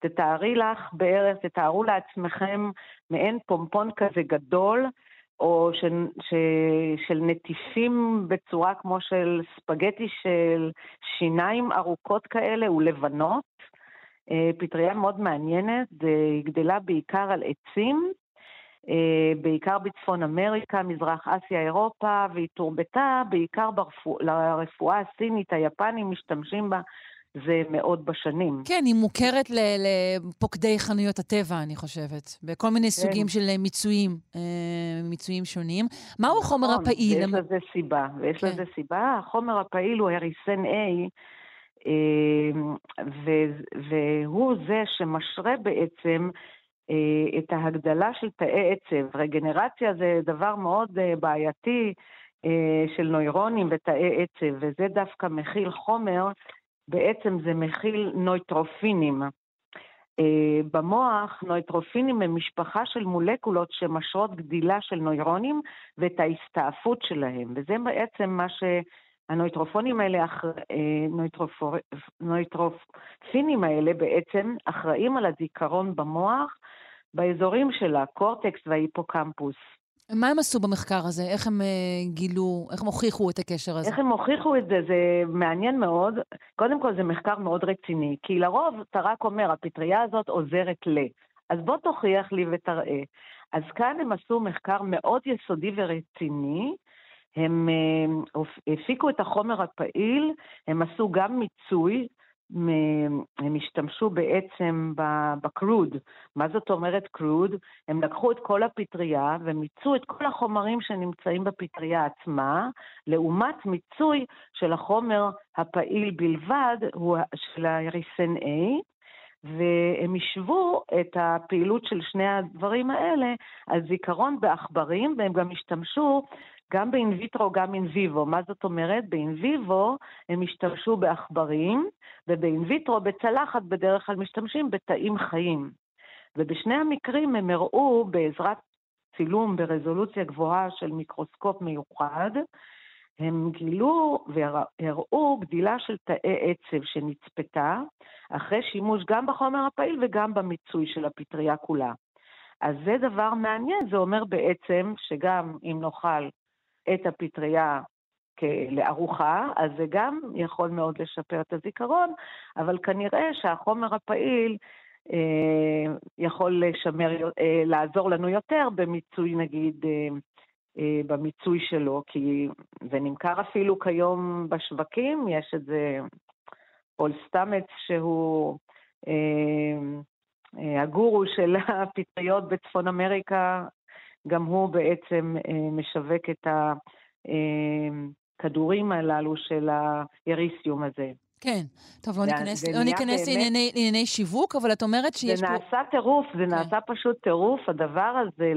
תתארו לעצמכם מעין פומפון כזה גדול, או של נטיפים בצורה כמו של ספגטי של שיניים ארוכות כאלה ולבנות. פטריה מאוד מעניינת, היא גדלה בעיקר על עצים, בעיקר בצפון אמריקה, מזרח אסיה, אירופה, והיא תורבתה בעיקר לרפואה הסינית, היפנים משתמשים בה, זה מאוד בשנים. כן, היא מוכרת לפוקדי חנויות הטבע, אני חושבת, בכל מיני סוגים של מיצויים שונים. מהו החומר הפעיל? ויש לזה סיבה. החומר הפעיל הוא הריסן A, והוא זה שמשרה בעצם את ההגדלה של תאי עצב. רגנרציה זה דבר מאוד בעייתי של נוירונים ותאי עצב, וזה דווקא מכיל חומר, בעצם זה מכיל נויטרופינים. במוח נויטרופינים הם משפחה של מולקולות שמשרות גדילה של נוירונים ואת ההסתעפות שלהם, וזה בעצם מה שהנויטרופינים האלה, נויטרופינים האלה בעצם אחראים על הזיכרון במוח באזורים של הקורטקס וההיפוקמפוס. מה הם עשו במחקר הזה? איך הם גילו, איך הם הוכיחו את הקשר הזה? איך הם הוכיחו את זה? זה מעניין מאוד. קודם כל זה מחקר מאוד רציני, כי לרוב אתה רק אומר, הפטריה הזאת עוזרת אז בוא תוכיח לי ותראה. אז כאן הם עשו מחקר מאוד יסודי ורציני, הם הפיקו את החומר הפעיל, הם עשו גם מיצוי, הם השתמשו בעצם בקרוד. מה זאת אומרת קרוד? הם לקחו את כל הפטריה ומיצו את כל החומרים שנמצאים בפטריה עצמה, לעומת מיצוי של החומר הפעיל בלבד, הוא של הריסן A, והם ישבו את הפעילות של שני הדברים האלה על זיכרון בעכברים, והם גם השתמשו גם באין ויטרו, גם אין ויבו. מה זאת אומרת? באין ויבו הם השתמשו בעכברים, ובאין ויטרו בצלחת בדרך כלל משתמשים בתאים חיים. ובשני המקרים הם הראו בעזרת צילום ברזולוציה גבוהה של מיקרוסקופ מיוחד, הם גילו והראו גדילה של תאי עצב שנצפתה, אחרי שימוש גם בחומר הפעיל וגם במיצוי של הפטריה כולה. אז זה דבר מעניין, זה אומר בעצם שגם אם נאכל את הפטריה לארוחה, אז זה גם יכול מאוד לשפר את הזיכרון, אבל כנראה שהחומר הפעיל יכול לעזור לנו יותר במיצוי, נגיד, במיצוי שלו, כי זה נמכר אפילו כיום בשווקים, יש את זה פולסטמץ שהוא הגורו של הפטריות בצפון אמריקה, גם הוא בעצם משווק את הכדורים הללו של היריסיום הזה. כן, טוב, לא ניכנס לענייני שיווק, אבל את אומרת שיש פה... זה נעשה טירוף, זה נעשה פשוט טירוף, הדבר הזה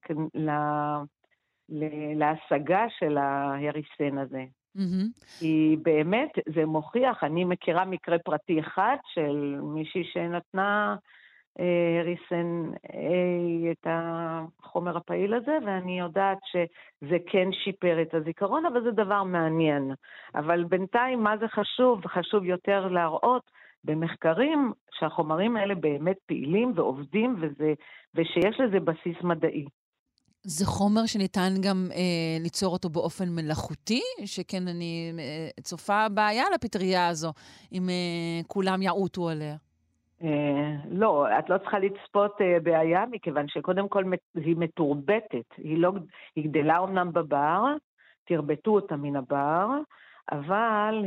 להשגה של ההריסן הזה. כי באמת זה מוכיח, אני מכירה מקרה פרטי אחד של מישהי שנתנה ריסן את החומר הפעיל הזה, ואני יודעת שזה כן שיפר את הזיכרון, אבל זה דבר מעניין. אבל בינתיים מה זה חשוב? חשוב יותר להראות במחקרים שהחומרים האלה באמת פעילים ועובדים, ושיש לזה בסיס מדעי. זה חומר שניתן גם ליצור אותו באופן מלאכותי, שכן אני צופה בעיה לפטריה הזו, אם כולם יעוטו עליה. לא, את לא צריכה לצפות בעיה, מכיוון שקודם כל היא מתורבתת, היא גדלה אומנם בבר, תרבטו אותה מן הבר, אבל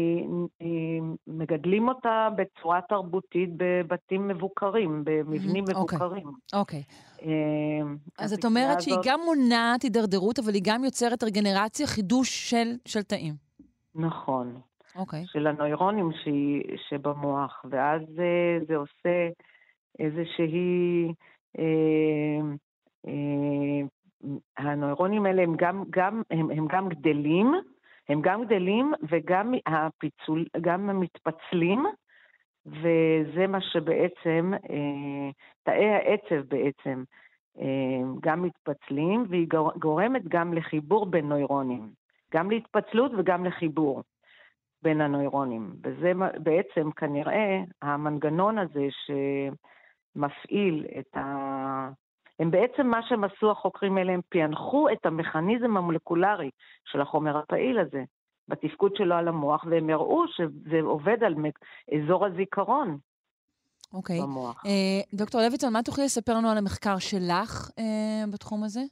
מגדלים אותה בצורה תרבותית בבתים מבוקרים, במבנים מבוקרים. אוקיי. אז את אומרת שהיא גם מונעת הידרדרות, אבל היא גם יוצרת רגנרציה, חידוש של תאים. נכון. אוקיי. של הנוירונים שבמוח, ואז זה עושה איזושהי... הנוירונים האלה הם גם גדלים, וגם גם מתפצלים, וזה מה שבעצם, תאי העצב בעצם גם מתפצלים, והיא גורמת גם לחיבור בין נוירונים, גם להתפצלות וגם לחיבור בין הנוירונים. וזה בעצם כנראה המנגנון הזה שמפעיל את הם בעצם מה שהם עשו החוקרים האלה, הם פענחו את המכניזם המולקולרי של החומר הפעיל הזה, בתפקוד שלו על המוח, והם הראו שזה עובד על אזור הזיכרון. אוקיי. במוח. דוקטור לויצון, מה תוכלי לספר לנו על המחקר שלך בתחום הזה?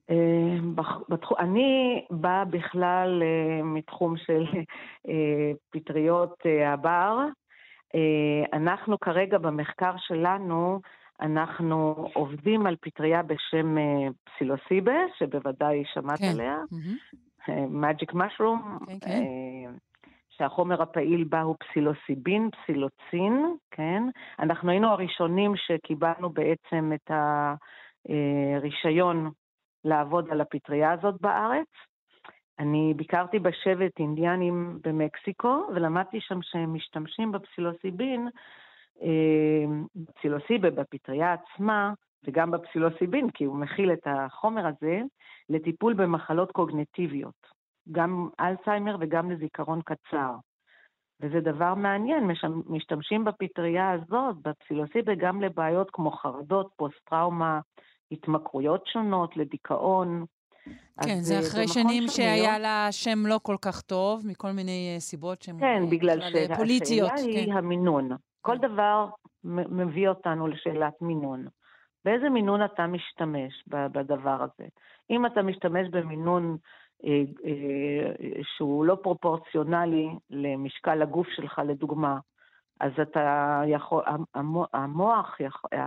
אני באה בכלל מתחום של פטריות הבר. אנחנו כרגע במחקר שלנו, אנחנו עובדים על פטריה בשם פסילוסיבה, שבוודאי שמעת עליה, Magic Mushroom, שהחומר הפעיל בה הוא פסילוסיבין, פסילוצין, כן? אנחנו היינו הראשונים שקיבלנו בעצם את הרישיון לעבוד על הפטריה הזאת בארץ. אני ביקרתי בשבט אינדיאנים במקסיקו, ולמדתי שם שהם משתמשים בפסילוסיבין, בפסילוסיבה, בפטריה עצמה, וגם בפסילוסיבין, כי הוא מכיל את החומר הזה, לטיפול במחלות קוגניטיביות, גם אלצהיימר וגם לזיכרון קצר. וזה דבר מעניין, משתמשים בפטריה הזאת, בפסילוסיבה, גם לבעיות כמו חרדות, פוסט-טראומה, התמכרויות שונות, לדיכאון. כן, זה אחרי שנים שהיה לה שם לא כל כך טוב, מכל מיני סיבות שהן בגלל פוליטיות. שהשאלה היא המינון. כל דבר מביא אותנו לשאלת מינון. באיזה מינון אתה משתמש בדבר הזה? אם אתה משתמש במינון שהוא לא פרופורציונלי למשקל הגוף שלך, לדוגמה, אז אתה יכול, המוח,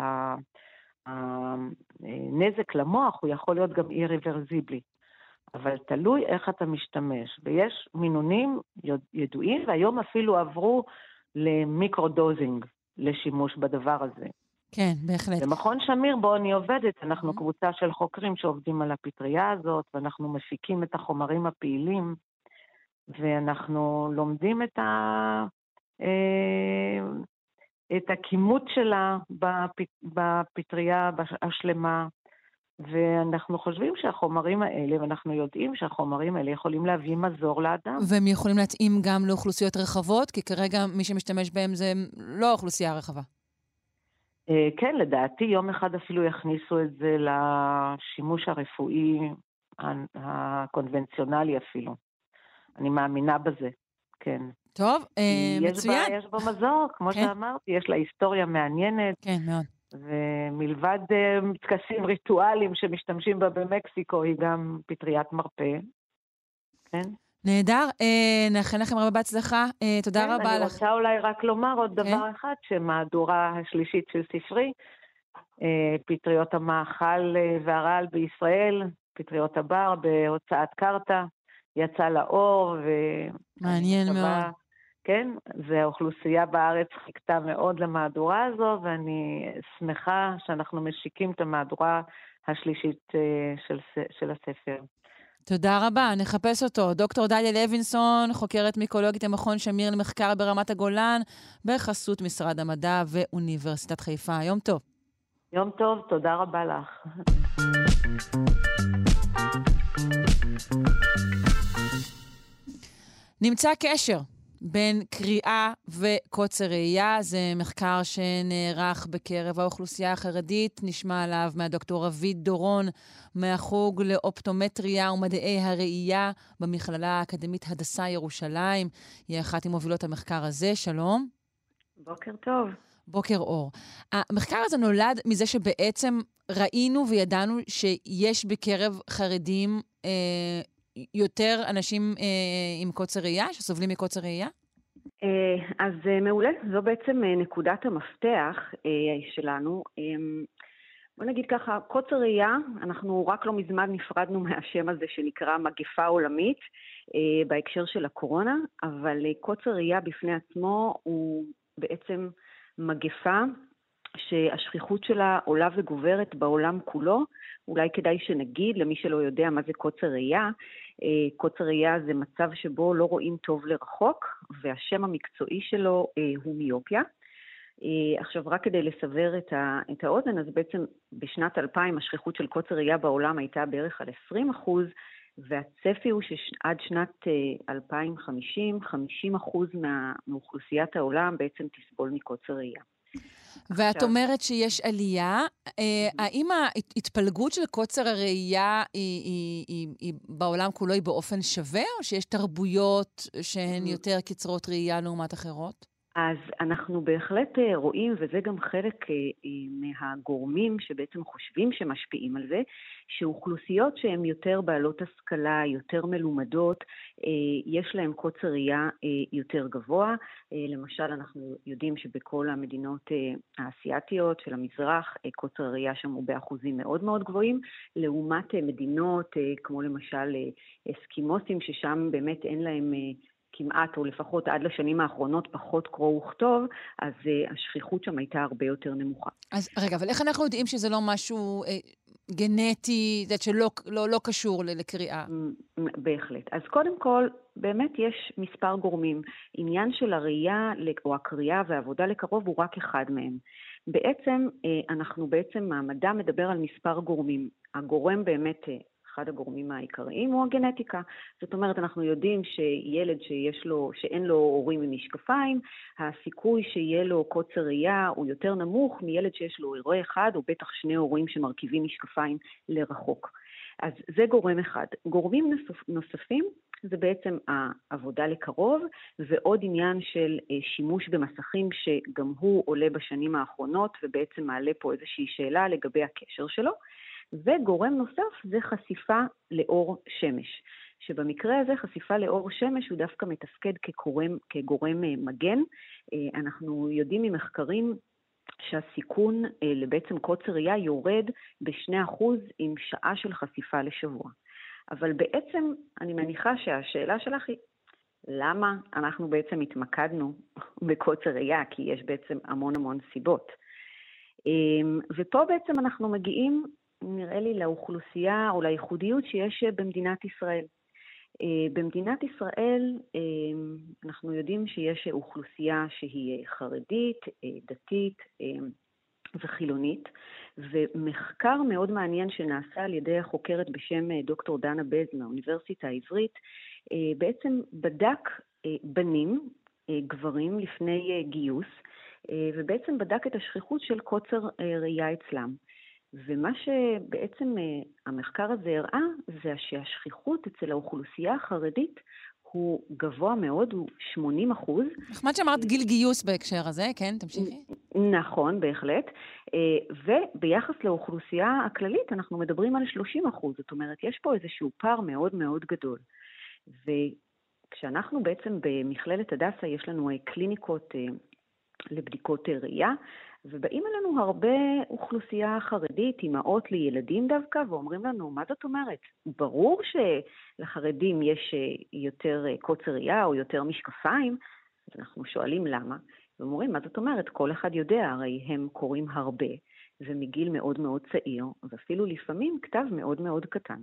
הנזק למוח הוא יכול להיות גם אירוורסיבלי, אבל תלוי איך אתה משתמש. ויש מינונים ידועים, והיום אפילו עברו למיקרודוזינג לשימוש בדבר הזה. כן, בהחלט. במכון שמיר בו אני עובדת, אנחנו קבוצה של חוקרים שעובדים על הפטריה הזאת, ואנחנו מפיקים את החומרים הפעילים, ואנחנו לומדים את הכימות שלה בפטריה השלמה, ואנחנו חושבים שהחומרים האלה, ואנחנו יודעים שהחומרים האלה יכולים להביא מזור לאדם. והם יכולים להתאים גם לאוכלוסיות רחבות, כי כרגע מי שמשתמש בהם זה לא אוכלוסייה רחבה. כן, לדעתי יום אחד אפילו יכניסו את זה לשימוש הרפואי הקונבנציונלי אפילו. אני מאמינה בזה, כן. טוב, מצוין. יש בו מזור, כמו שאמרתי, יש לה היסטוריה מעניינת. כן, מאוד. ומלבד טקסים ריטואליים שמשתמשים בה במקסיקו, היא גם פטריית מרפא. כן? נהדר, נאחל לכם הרבה בהצלחה, תודה רבה לך. אני רוצה אולי רק לומר עוד דבר אחד, שמהדורה השלישית של ספרי, פטריות המאכל והרעל בישראל, פטריות הבר בהוצאת קרתא, יצא לאור, מעניין מאוד. כן, והאוכלוסייה בארץ חיכתה מאוד למהדורה הזו, ואני שמחה שאנחנו משיקים את המהדורה השלישית של הספר. תודה רבה, נחפש אותו. דוקטור דליה לוינסון, חוקרת מיקולוגית המכון שמיר למחקר ברמת הגולן, בחסות משרד המדע ואוניברסיטת חיפה. יום טוב. יום טוב, תודה רבה לך. נמצא קשר בין קריאה וקוצר ראייה. זה מחקר שנערך בקרב האוכלוסייה החרדית. נשמע עליו מהדוקטור אביד דורון, מהחוג לאופטומטריה ומדעי הראייה במכללה האקדמית הדסה ירושלים. היא אחת ממובילות המחקר הזה. שלום. בוקר טוב. בוקר אור. המחקר הזה נולד מזה שבעצם ראינו וידענו שיש בקרב חרדים יותר אנשים עם קוצר ראייה, שסובלים מקוצר ראייה? אז מעולה, זו בעצם נקודת המפתח שלנו. בוא נגיד ככה, קוצר ראייה, אנחנו רק לא מזמן נפרדנו מהשם הזה שנקרא מגפה עולמית בהקשר של הקורונה, אבל קוצר ראייה בפני עצמו הוא בעצם מגפה שהשכיחות שלה עולה וגוברת בעולם כולו. אולי כדאי שנגיד למי שלא יודע מה זה קוצר ראייה. קוצר ראייה זה מצב שבו לא רואים טוב לרחוק, והשם המקצועי שלו הוא מיופיה. עכשיו רק כדי לסבר את האוזן, אז בעצם בשנת 2000 השכיחות של קוצר ראייה בעולם הייתה בערך על 20%, והצפי הוא שעד שנת 2050, 50% מאוכלוסיית העולם בעצם תסבול מקוצר ראייה. ואת אומרת שיש עלייה. האם ההתפלגות של קוצר הראייה היא בעולם כולו היא באופן שווה, או שיש תרבויות שהן יותר קצרות ראייה לעומת אחרות? אז אנחנו בהחלט רואים, וזה גם חלק מהגורמים שבעצם חושבים שמשפיעים על זה, שאוכלוסיות שהן יותר בעלות השכלה, יותר מלומדות, יש להן קוצר ראייה יותר גבוה. למשל, אנחנו יודעים שבכל המדינות האסייתיות של המזרח, קוצר הראייה שם הוא באחוזים מאוד מאוד גבוהים, לעומת מדינות כמו למשל אסקימוסים, ששם באמת אין להם כמעט, או לפחות עד לשנים האחרונות, פחות קרוא וכתוב, אז השכיחות שם הייתה הרבה יותר נמוכה. אז רגע, אבל איך אנחנו יודעים שזה לא משהו גנטי, שלא קשור לקריאה? בהחלט. אז קודם כל, באמת יש מספר גורמים. עניין של הראייה או הקריאה והעבודה לקרוב הוא רק אחד מהם. בעצם, המדע מדבר על מספר גורמים. הגורם באמת, אחד הגורמים העיקריים הוא הגנטיקה. זאת אומרת, אנחנו יודעים שילד שאין לו הורים עם משקפיים, הסיכוי שיהיה לו קוצר ראייה הוא יותר נמוך מילד שיש לו הורה אחד או בטח שני הורים שמרכיבים משקפיים לרחוק. אז זה גורם אחד. גורמים נוספים זה בעצם העבודה לקרוב, ועוד עניין של שימוש במסכים שגם הוא עולה בשנים האחרונות, ובעצם מעלה פה איזושהי שאלה לגבי הקשר שלו. וגורם נוסף זה חשיפה לאור שמש, שבמקרה הזה חשיפה לאור שמש הוא דווקא מתפקד כגורם מגן. אנחנו יודעים ממחקרים שהסיכון לבעצם קוצר ראייה יורד ב2% עם שעה של חשיפה לשבוע. אבל בעצם אני מניחה שהשאלה שלך היא, למה אנחנו בעצם התמקדנו בקוצר ראייה? כי יש בעצם המון סיבות. ופה בעצם אנחנו מגיעים, נראה לי, לאוכלוסייה או לייחודיות שיש במדינת ישראל. במדינת ישראל אנחנו יודעים שיש אוכלוסייה שהיא חרדית, דתית וחילונית, ומחקר מאוד מעניין שנעשה על ידי החוקרת בשם דוקטור דנה בז מהאוניברסיטה העברית, בעצם בדק בנים, גברים לפני גיוס, ובעצם בדק את השכיחות של קוצר ראייה אצלם. ומה שבעצם המחקר הזה הראה, זה שהשכיחות אצל האוכלוסייה החרדית הוא גבוה מאוד, הוא 80%. נחמד שאמרת גיל גיוס בהקשר הזה, כן, תמשיכי. נכון, בהחלט. וביחס לאוכלוסייה הכללית אנחנו מדברים על 30%, זאת אומרת, יש פה איזשהו פער מאוד מאוד גדול. וכשאנחנו בעצם במכללת הדסה, יש לנו קליניקות לבדיקות ראייה, ובאים אלינו הרבה אוכלוסייה חרדית, אימהות לילדים דווקא, ואומרים לנו, מה זאת אומרת? ברור שלחרדים יש יותר קוצר ראייה או יותר משקפיים, אז אנחנו שואלים למה, ואומרים, מה זאת אומרת? כל אחד יודע, הרי הם קוראים הרבה, ומגיל מאוד מאוד צעיר, ואפילו לפעמים כתב מאוד מאוד קטן.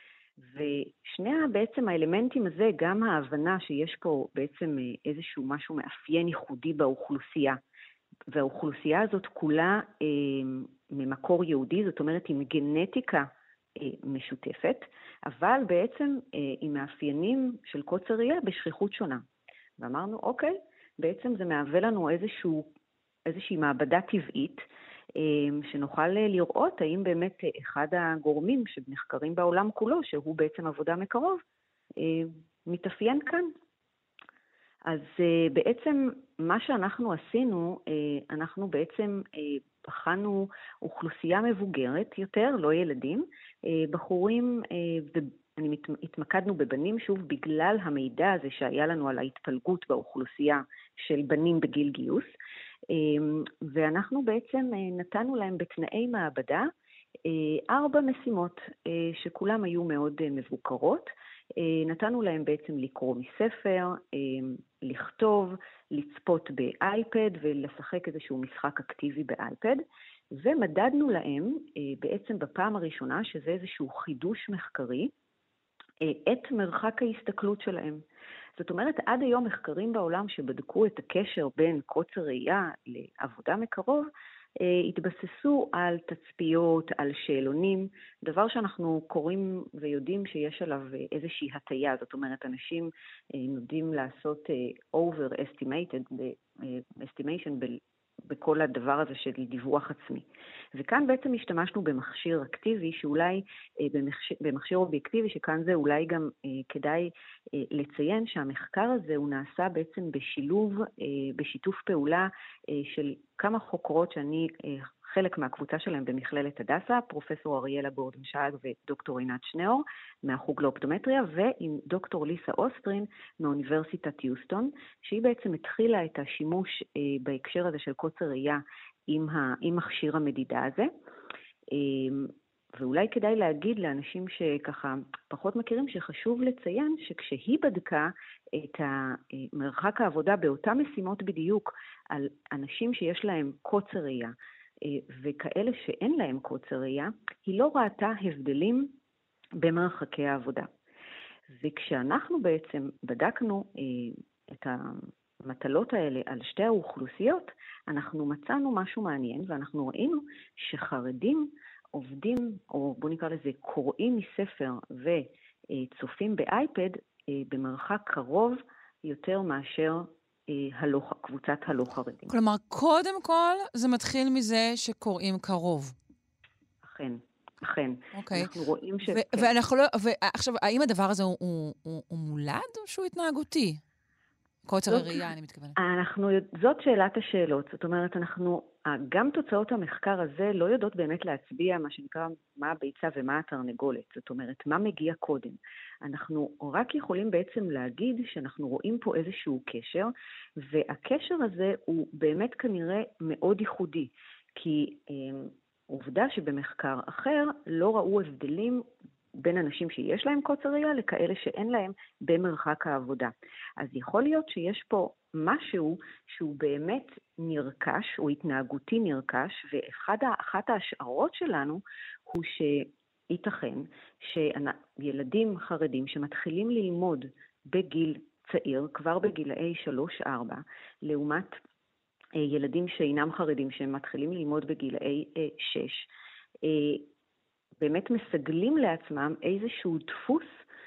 ושני בעצם האלמנטים הזה, גם ההבנה שיש פה בעצם איזשהו משהו מאפיין ייחודי באוכלוסייה, והאוכלוסייה הזאת כולה ממקור יהודי, זאת אומרת עם גנטיקה משותפת, אבל בעצם עם מאפיינים של קוצר ראייה בשכיחות שונה. ואמרנו, אוקיי, בעצם זה מהווה לנו איזושהי מעבדה טבעית, שנוכל לראות האם באמת אחד הגורמים שנחקרים בעולם כולו, שהוא בעצם עבודה מקרוב, מתאפיין כאן. אז בעצם מה שאנחנו עשינו, אנחנו בעצם בחנו אוכלוסייה מבוגרת יותר, לא ילדים, בחורים, התמקדנו בבנים שוב בגלל המידע הזה שהיה לנו על ההתפלגות באוכלוסייה של בנים בגיל גיוס, ואנחנו בעצם נתנו להם בתנאי מעבדה 4 משימות שכולם היו מאוד מבוקרות. נתנו להם בעצם לקרוא מספר, לכתוב, לצפות באייפד ולשחק איזשהו משחק אקטיבי באייפד, ומדדנו להם בעצם בפעם הראשונה, שזה איזשהו חידוש מחקרי, את מרחק ההסתכלות שלהם. זאת אומרת, עד היום מחקרים בעולם שבדקו את הקשר בין קוצר ראייה לעבודה מקרוב, התבססו על תצפיות, על שאלונים, דבר שאנחנו קוראים ויודעים שיש עליו איזושהי הטיה, זאת אומרת, אנשים יודעים לעשות overestimation בכל הדבר הזה של דיווח עצמי. וכאן בעצם השתמשנו במכשיר אקטיבי, שאולי במכשיר אובייקטיבי, שכאן זה אולי גם כדאי לציין שהמחקר הזה הוא נעשה בעצם בשילוב, בשיתוף פעולה של כמה חוקרות שאני חלק מהקבוצה שלהם במכללת הדסה, פרופסור אריאלה גורדנשייג ודוקטור עינת שניאור מהחוג לאופטומטריה, ועם דוקטור ליסה אוסטרין מאוניברסיטת יוסטון, שהיא בעצם התחילה את השימוש בהקשר הזה של קוצר ראייה עם מכשיר המדידה הזה. ואולי כדאי להגיד לאנשים שככה פחות מכירים, שחשוב לציין שכשהיא בדקה את מרחק העבודה באותה משימות בדיוק על אנשים שיש להם קוצר ראייה, וכאלה שאין להם קוצר ראייה, היא לא ראתה הבדלים במרחקי העבודה. וכשאנחנו בעצם בדקנו את המטלות האלה על שתי האוכלוסיות, אנחנו מצאנו משהו מעניין, ואנחנו ראינו שחרדים עובדים, או בוא נקרא לזה, קוראים מספר וצופים באייפד במרחק קרוב יותר מאשר קבוצת הלא חרדים. כלומר, קודם כל זה מתחיל מזה שקוראים קרוב. אכן, אכן. אוקיי. אנחנו רואים ואנחנו לא, ועכשיו, האם הדבר הזה הוא מולד או שהוא התנהגותי? קוצר הראייה, אני מתכוונת. זאת שאלת השאלות. זאת אומרת, גם תוצאות המחקר הזה לא יודעות באמת להצביע מה שנקרא מה הביצה ומה התרנגולת. זאת אומרת, מה מגיע קודם. אנחנו רק יכולים בעצם להגיד שאנחנו רואים פה איזשהו קשר, והקשר הזה הוא באמת כנראה מאוד ייחודי, כי עובדה שבמחקר אחר לא ראו הבדלים בין אנשים שיש להם קוצר ראייה לכאלה שאין להם במרחק העבודה. אז יכול להיות שיש פה משהו שהוא באמת נרכש, או התנהגותי נרכש, ואחת ההשערות שלנו הוא שייתכן שילדים חרדים שמתחילים ללמוד בגיל צעיר, כבר בגילאי 3-4, לעומת ילדים שאינם חרדים שמתחילים ללמוד בגילאי 6, באמת מסגלים לעצמם איזשהו דפוס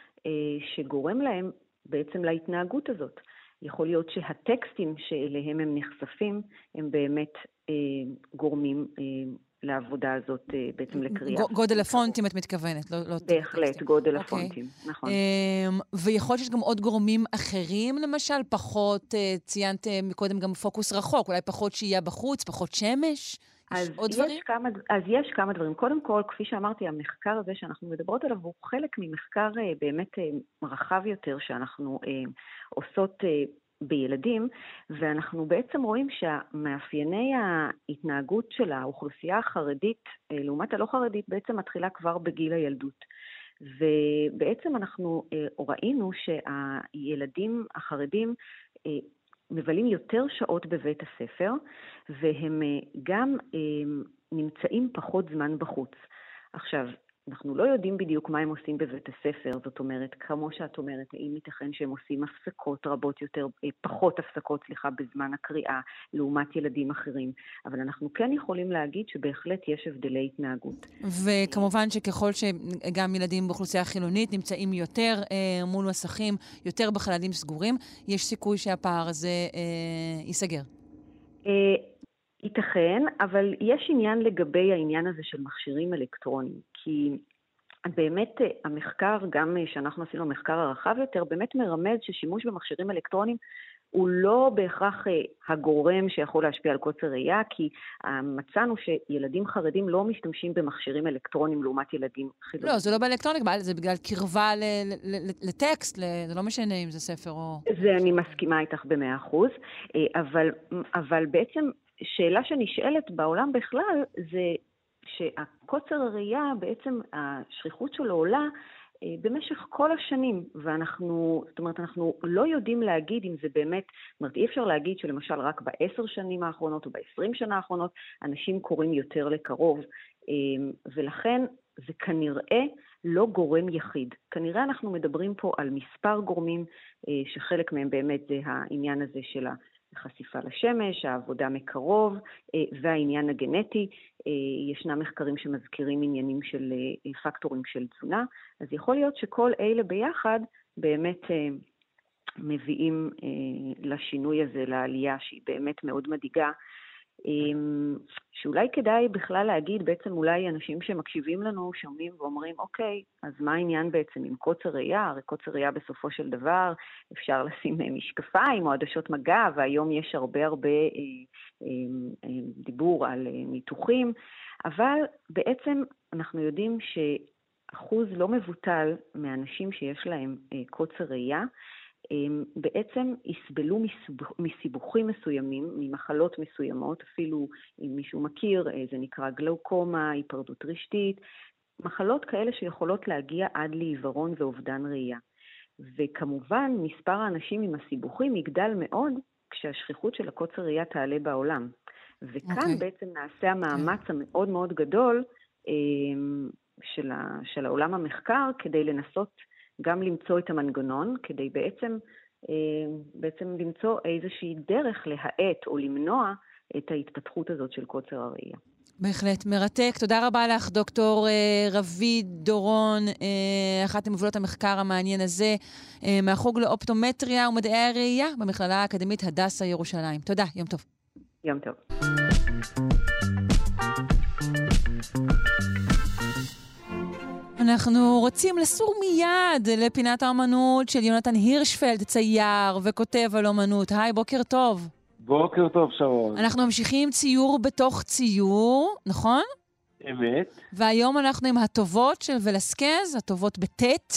שגורם להם בעצם להתנהגות הזאת. יכול להיות שהטקסטים שאליהם הם נחשפים, הם באמת גורמים לעבודה הזאת, בעצם לקריאה. גודל הפונטים את מתכוונת, לא בהחלט, גודל הפונטים, נכון. ויכול להיות שיש גם עוד גורמים אחרים, למשל, פחות, ציינת מקודם גם פוקוס רחוק, אולי פחות שהייה בחוץ, פחות שמש? אז יש כמה דברים. קודם כל, כפי שאמרתי, המחקר הזה שאנחנו מדברות עליו הוא חלק ממחקר באמת רחב יותר שאנחנו עושות בילדים, ואנחנו בעצם רואים שהמאפייני ההתנהגות של האוכלוסייה החרדית לעומת הלא חרדית בעצם מתחילה כבר בגיל הילדות. ובעצם אנחנו ראינו שהילדים החרדים מבלים יותר שעות בבית הספר, והם גם נמצאים פחות זמן בחוץ. עכשיו, אנחנו לא יודעים בדיוק מה הם עושים בבית הספר, זאת אומרת, כמו שאת אומרת, האם ייתכן שהם עושים הפסקות רבות יותר, פחות הפסקות, בזמן הקריאה, לעומת ילדים אחרים. אבל אנחנו כן יכולים להגיד שבהחלט יש הבדלי התנהגות. וכמובן שככל שגם ילדים באוכלוסייה החילונית נמצאים יותר מול מסכים, יותר בחללים סגורים, יש סיכוי שהפער הזה ייסגר. ייתכן, אבל יש עניין לגבי העניין הזה של מכשירים אלקטרוניים, כי באמת המחקר, גם שאנחנו עשינו מחקר הרחב יותר, באמת מרמז ששימוש במכשירים אלקטרוניים הוא לא בהכרח הגורם שיכול להשפיע על קוצר ראייה, כי מצאנו שילדים חרדים לא משתמשים במכשירים אלקטרוניים לעומת ילדים חילונים. לא, זה לא באלקטרוניק, זה בגלל קרבה לטקסט, זה לא משנה אם זה ספר או... זה אני מסכימה איתך ב100%, אבל בעצם שאלה שנשאלת בעולם בכלל זה שהקוצר הראייה, בעצם השכיחות שלו עולה במשך כל השנים, זאת אומרת, אנחנו לא יודעים להגיד אם זה באמת, זאת אומרת, אי אפשר להגיד שלמשל רק ב10 שנים האחרונות או ב20 שנה האחרונות, אנשים קוראים יותר לקרוב, ולכן זה כנראה לא גורם יחיד. כנראה אנחנו מדברים פה על מספר גורמים, שחלק מהם באמת זה העניין הזה של החשיפה לשמש, העבודה מקרוב, והעניין הגנטי. ישנם מחקרים שמזכירים עניינים של פקטורים של תזונה, אז יכול להיות שכל אלה ביחד באמת מביאים לשינוי הזה, לעלייה שהיא באמת מאוד מדאיגה. שאולי כדאי בכלל להגיד, בעצם אולי אנשים שמקשיבים לנו שומעים ואומרים, אוקיי, אז מה העניין בעצם עם קוצר ראייה? הרי קוצר ראייה בסופו של דבר אפשר לשים משקפיים או עדשות מגע, והיום יש הרבה דיבור על ניתוחים, אבל בעצם אנחנו יודעים שאחוז לא מבוטל מהאנשים שיש להם קוצר ראייה, בעצם יסבלו מסיבוכים מסוימים, ממחלות מסוימות, אפילו אם מישהו מכיר, זה נקרא גלאוקומה, היפרדות רשתית, מחלות כאלה שיכולות להגיע עד לעיוורון ואובדן ראייה. וכמובן, מספר האנשים עם הסיבוכים יגדל מאוד כשהשכיחות של הקוצר ראייה תעלה בעולם. וכאן בעצם נעשה המאמץ המאוד מאוד גדול של העולם המחקר כדי לנסות גם למצוא את המנגנון, כדי בעצם למצוא איזושהי דרך להאט או למנוע את ההתפתחות הזאת של קוצר הראייה. בהחלט, מרתק. תודה רבה לך, דוקטור רביד דורון, אחת ממובילות המחקר המעניין הזה, מהחוג לאופטומטריה ומדעי הראייה במכללה האקדמית הדסה ירושלים. תודה, יום טוב. יום טוב. אנחנו רוצים לסור מיד לפינת האמנות של יונתן הירשפלד, צייר וכותב על אומנות. היי, בוקר טוב. בוקר טוב, שרון. אנחנו ממשיכים ציור בתוך ציור, נכון? אמת. והיום אנחנו עם הטובות של ולסקז, הטובות בטט.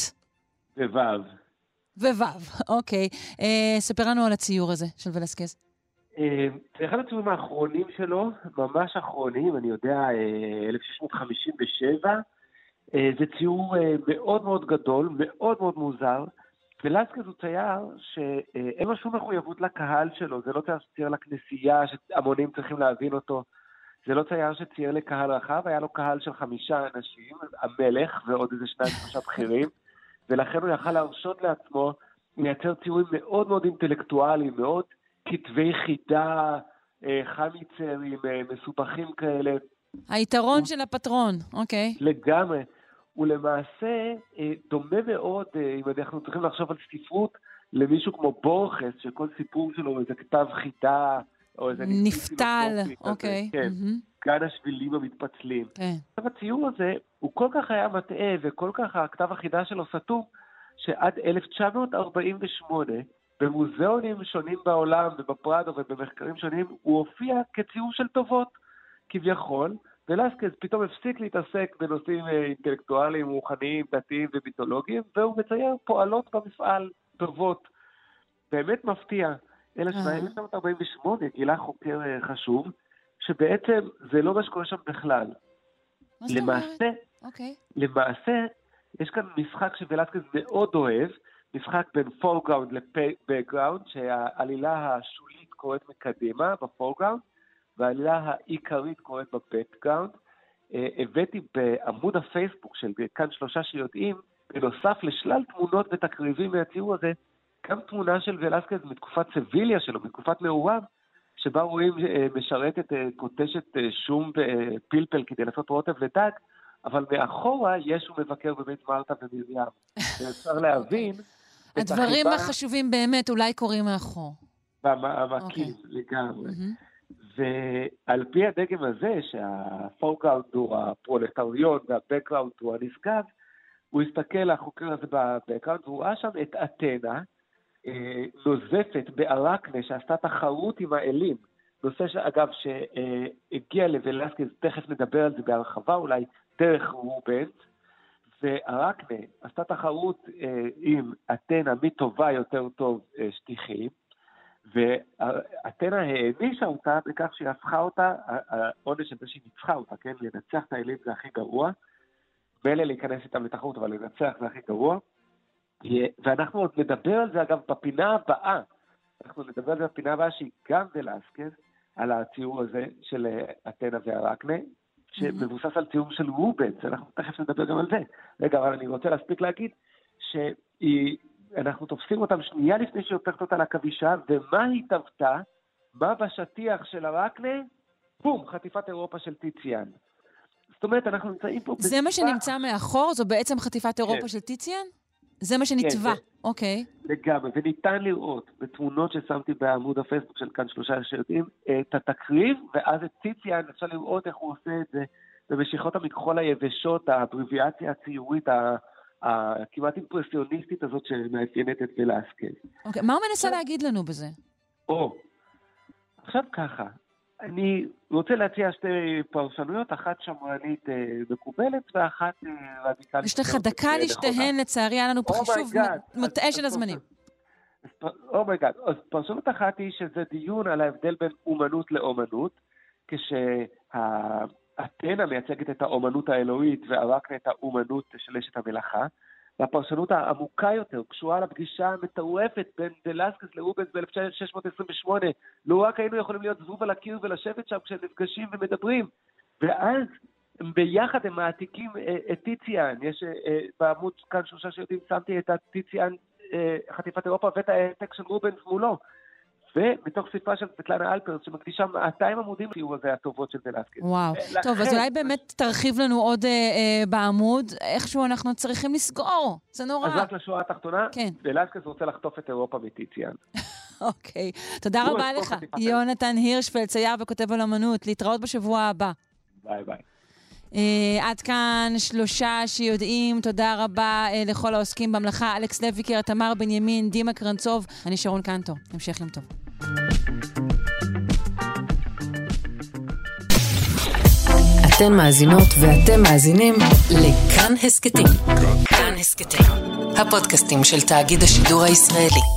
ווו. אוקיי. ספר לנו על הציור הזה של ולסקז. זה אחד הציורים האחרונים שלו, ממש האחרונים, אני יודע, 1657. זה ציור מאוד מאוד גדול, מאוד מאוד מוזר. ולסקז הוא צייר שאין לו שום מחויבות לקהל שלו, זה לא צייר לכנסייה שהמונים צריכים להבין אותו, זה לא צייר שצייר לקהל רחב, היה לו קהל של 5 אנשים, המלך ועוד איזה 2-3 בכירים, ולכן הוא יכל להרשות לעצמו לייצר ציורים מאוד מאוד אינטלקטואליים, מאוד כתבי חידה, חמיצרים, מסובכים כאלה. היתרון של הפטרון, אוקיי. לגמרי. הוא למעשה דומה מאוד, אם אנחנו צריכים לחשוב על ספרות, למישהו כמו בורכס, שכל סיפור שלו הוא איזה כתב חידה, או איזה נפתל, אוקיי. כן, גן השבילים המתפצלים. עכשיו הציור הזה, הוא כל כך היה מטעה, וכל כך הכתב החידה שלו סתום, שעד 1948, במוזיאונים שונים בעולם, ובפרדו ובמחקרים שונים, הוא הופיע כציור של טובות, כביכול, ולסקז פתאום הפסיק להתעסק בנושאים אינטלקטואליים, רוחניים, דתיים ומיתולוגיים, והוא מצייר פועלות במפעל טובות. באמת מפתיע. אלא ש-1948 גילה חוקר חשוב, שבעצם זה לא מה שקורה שם בכלל. למעשה, יש כאן משחק שוולסקז מאוד אוהב, משחק בין פורגראונד לבקגראונד, שהעלילה השולית קורית מקדימה בפורגראונד, והעלילה העיקרית קורית בבקגראונד. הבאתי בעמוד הפייסבוק של כאן 3 שיודעים, בנוסף לשלל תמונות ותקריבים מהציור הזה, גם תמונה של ולסקז מתקופת סביליה שלו, מתקופת נעוריו, שבה רואים משרתת קוטשת שום ופלפל כדי לעשות רוטב לדג, אבל מאחורה ישו מבקר בבית מרתה ומרים. ואפשר להבין הדברים החשובים באמת אולי קורים מאחור. במעמקים לגמרי. ועל פי הדגם הזה, שהפורגראונד הוא הפרולטריון והבקגראונד הוא הנשגב, הוא הסתכל, החוקר הזה בבקגראונד, והוא ראה שם את אתנה, נוזפת בארקנה, שעשתה תחרות עם האלים. נושא שאגב שהגיע לוולסקז, תכף נדבר על זה בהרחבה, אולי דרך רובנס, וארקנה עשתה תחרות עם אתנה, מי טובה יותר טוב שטיחים, ואתנה הענישה אותה בכך שהיא הפכה אותה, העונש הזה שהיא ניצחה אותה, כן? לנצח את האלים זה הכי גרוע, מילא להיכנס איתם לתחרות, אבל לנצח זה הכי גרוע, ואנחנו עוד נדבר על זה אגב בפינה הבאה, אנחנו נדבר על זה בפינה הבאה שהיא גם ולסקז, על הציור הזה של אתנה וארקנה, שמבוסס על ציור של רובנס, אנחנו תכף נדבר גם על זה. רגע, אבל אני רוצה להספיק להגיד שאנחנו תופסים אותם שנייה לפני שהיא הופכת אותה לכבישה, ומה היא טבתה? מה בשטיח של ארקנה? בום, חטיפת אירופה של טיציאן. זאת אומרת, אנחנו נמצאים פה... זה מה שנמצא מאחור? זו בעצם חטיפת אירופה של טיציאן? זה מה שנטבע, אוקיי. לגמרי, וניתן לראות בתמונות ששמתי בעמוד הפייסבוק של כאן 3 שיודעים, את התקריב, ואז את ציציאן, אפשר לראות איך הוא עושה את זה במשיכות המכחול היבשות, האבריביאציה הציורית, הכמעט אימפרסיוניסטית הזאת שמאפיינת את ולאסקז. אוקיי, מה הוא מנסה להגיד לנו בזה? עכשיו ככה, אני רוצה להציע 2 פרשנויות, אחת שמרנית מקובלת ואחת רדיקלית. יש לך דקה לשתיהן, לצערי, היה לנו פה חישוב מטעה של הזמנים. אומייגאד, אז פרשנות אחת היא שזה דיון על ההבדל בין אומנות לאומנות, כשהאתנה מייצגת את האומנות האלוהית והרקנה את האומנות של אשת המלאכה, והפרשנות העמוקה יותר קשורה לפגישה המטורפת בין ולאסקז לרובנס ב-1628. לא רק היינו יכולים להיות זבוב על הקיר ולשבת שם כשהם נפגשים ומדברים. ואז ביחד הם מעתיקים את טיציאן. יש בעמוד כאן 3 שיודעים, שמתי את הטיציאן חטיפת אירופה ואת העתק של רובנס מולו. ומתוך ספרה של סבטלנה אלפרט, שמקדישה 200 עמודים לציור הזה הטובות של ולאסקז. וואו. טוב, אז אולי באמת תרחיב לנו עוד בעמוד, איכשהו אנחנו צריכים לסגור. זה נורא. אז רק לשורה התחתונה, ולאסקז רוצה לחטוף את אירופה מטיציאן. אוקיי. תודה רבה לך. יונתן הירשפלד, צייר וכותב על אמנות. להתראות בשבוע הבא. ביי ביי. עד כאן 3 שיודעים. תודה רבה לכל העוסקים במלאכה. אלכס לויקר, תמר בנימין, דימה קרנצוב. אני שרון קנטו. המשך יום טוב. אתן מאזינות ואתם מאזינים לכאן הסקטים. כאן הסקטים. הפודקאסטים של תאגיד השידור הישראלי.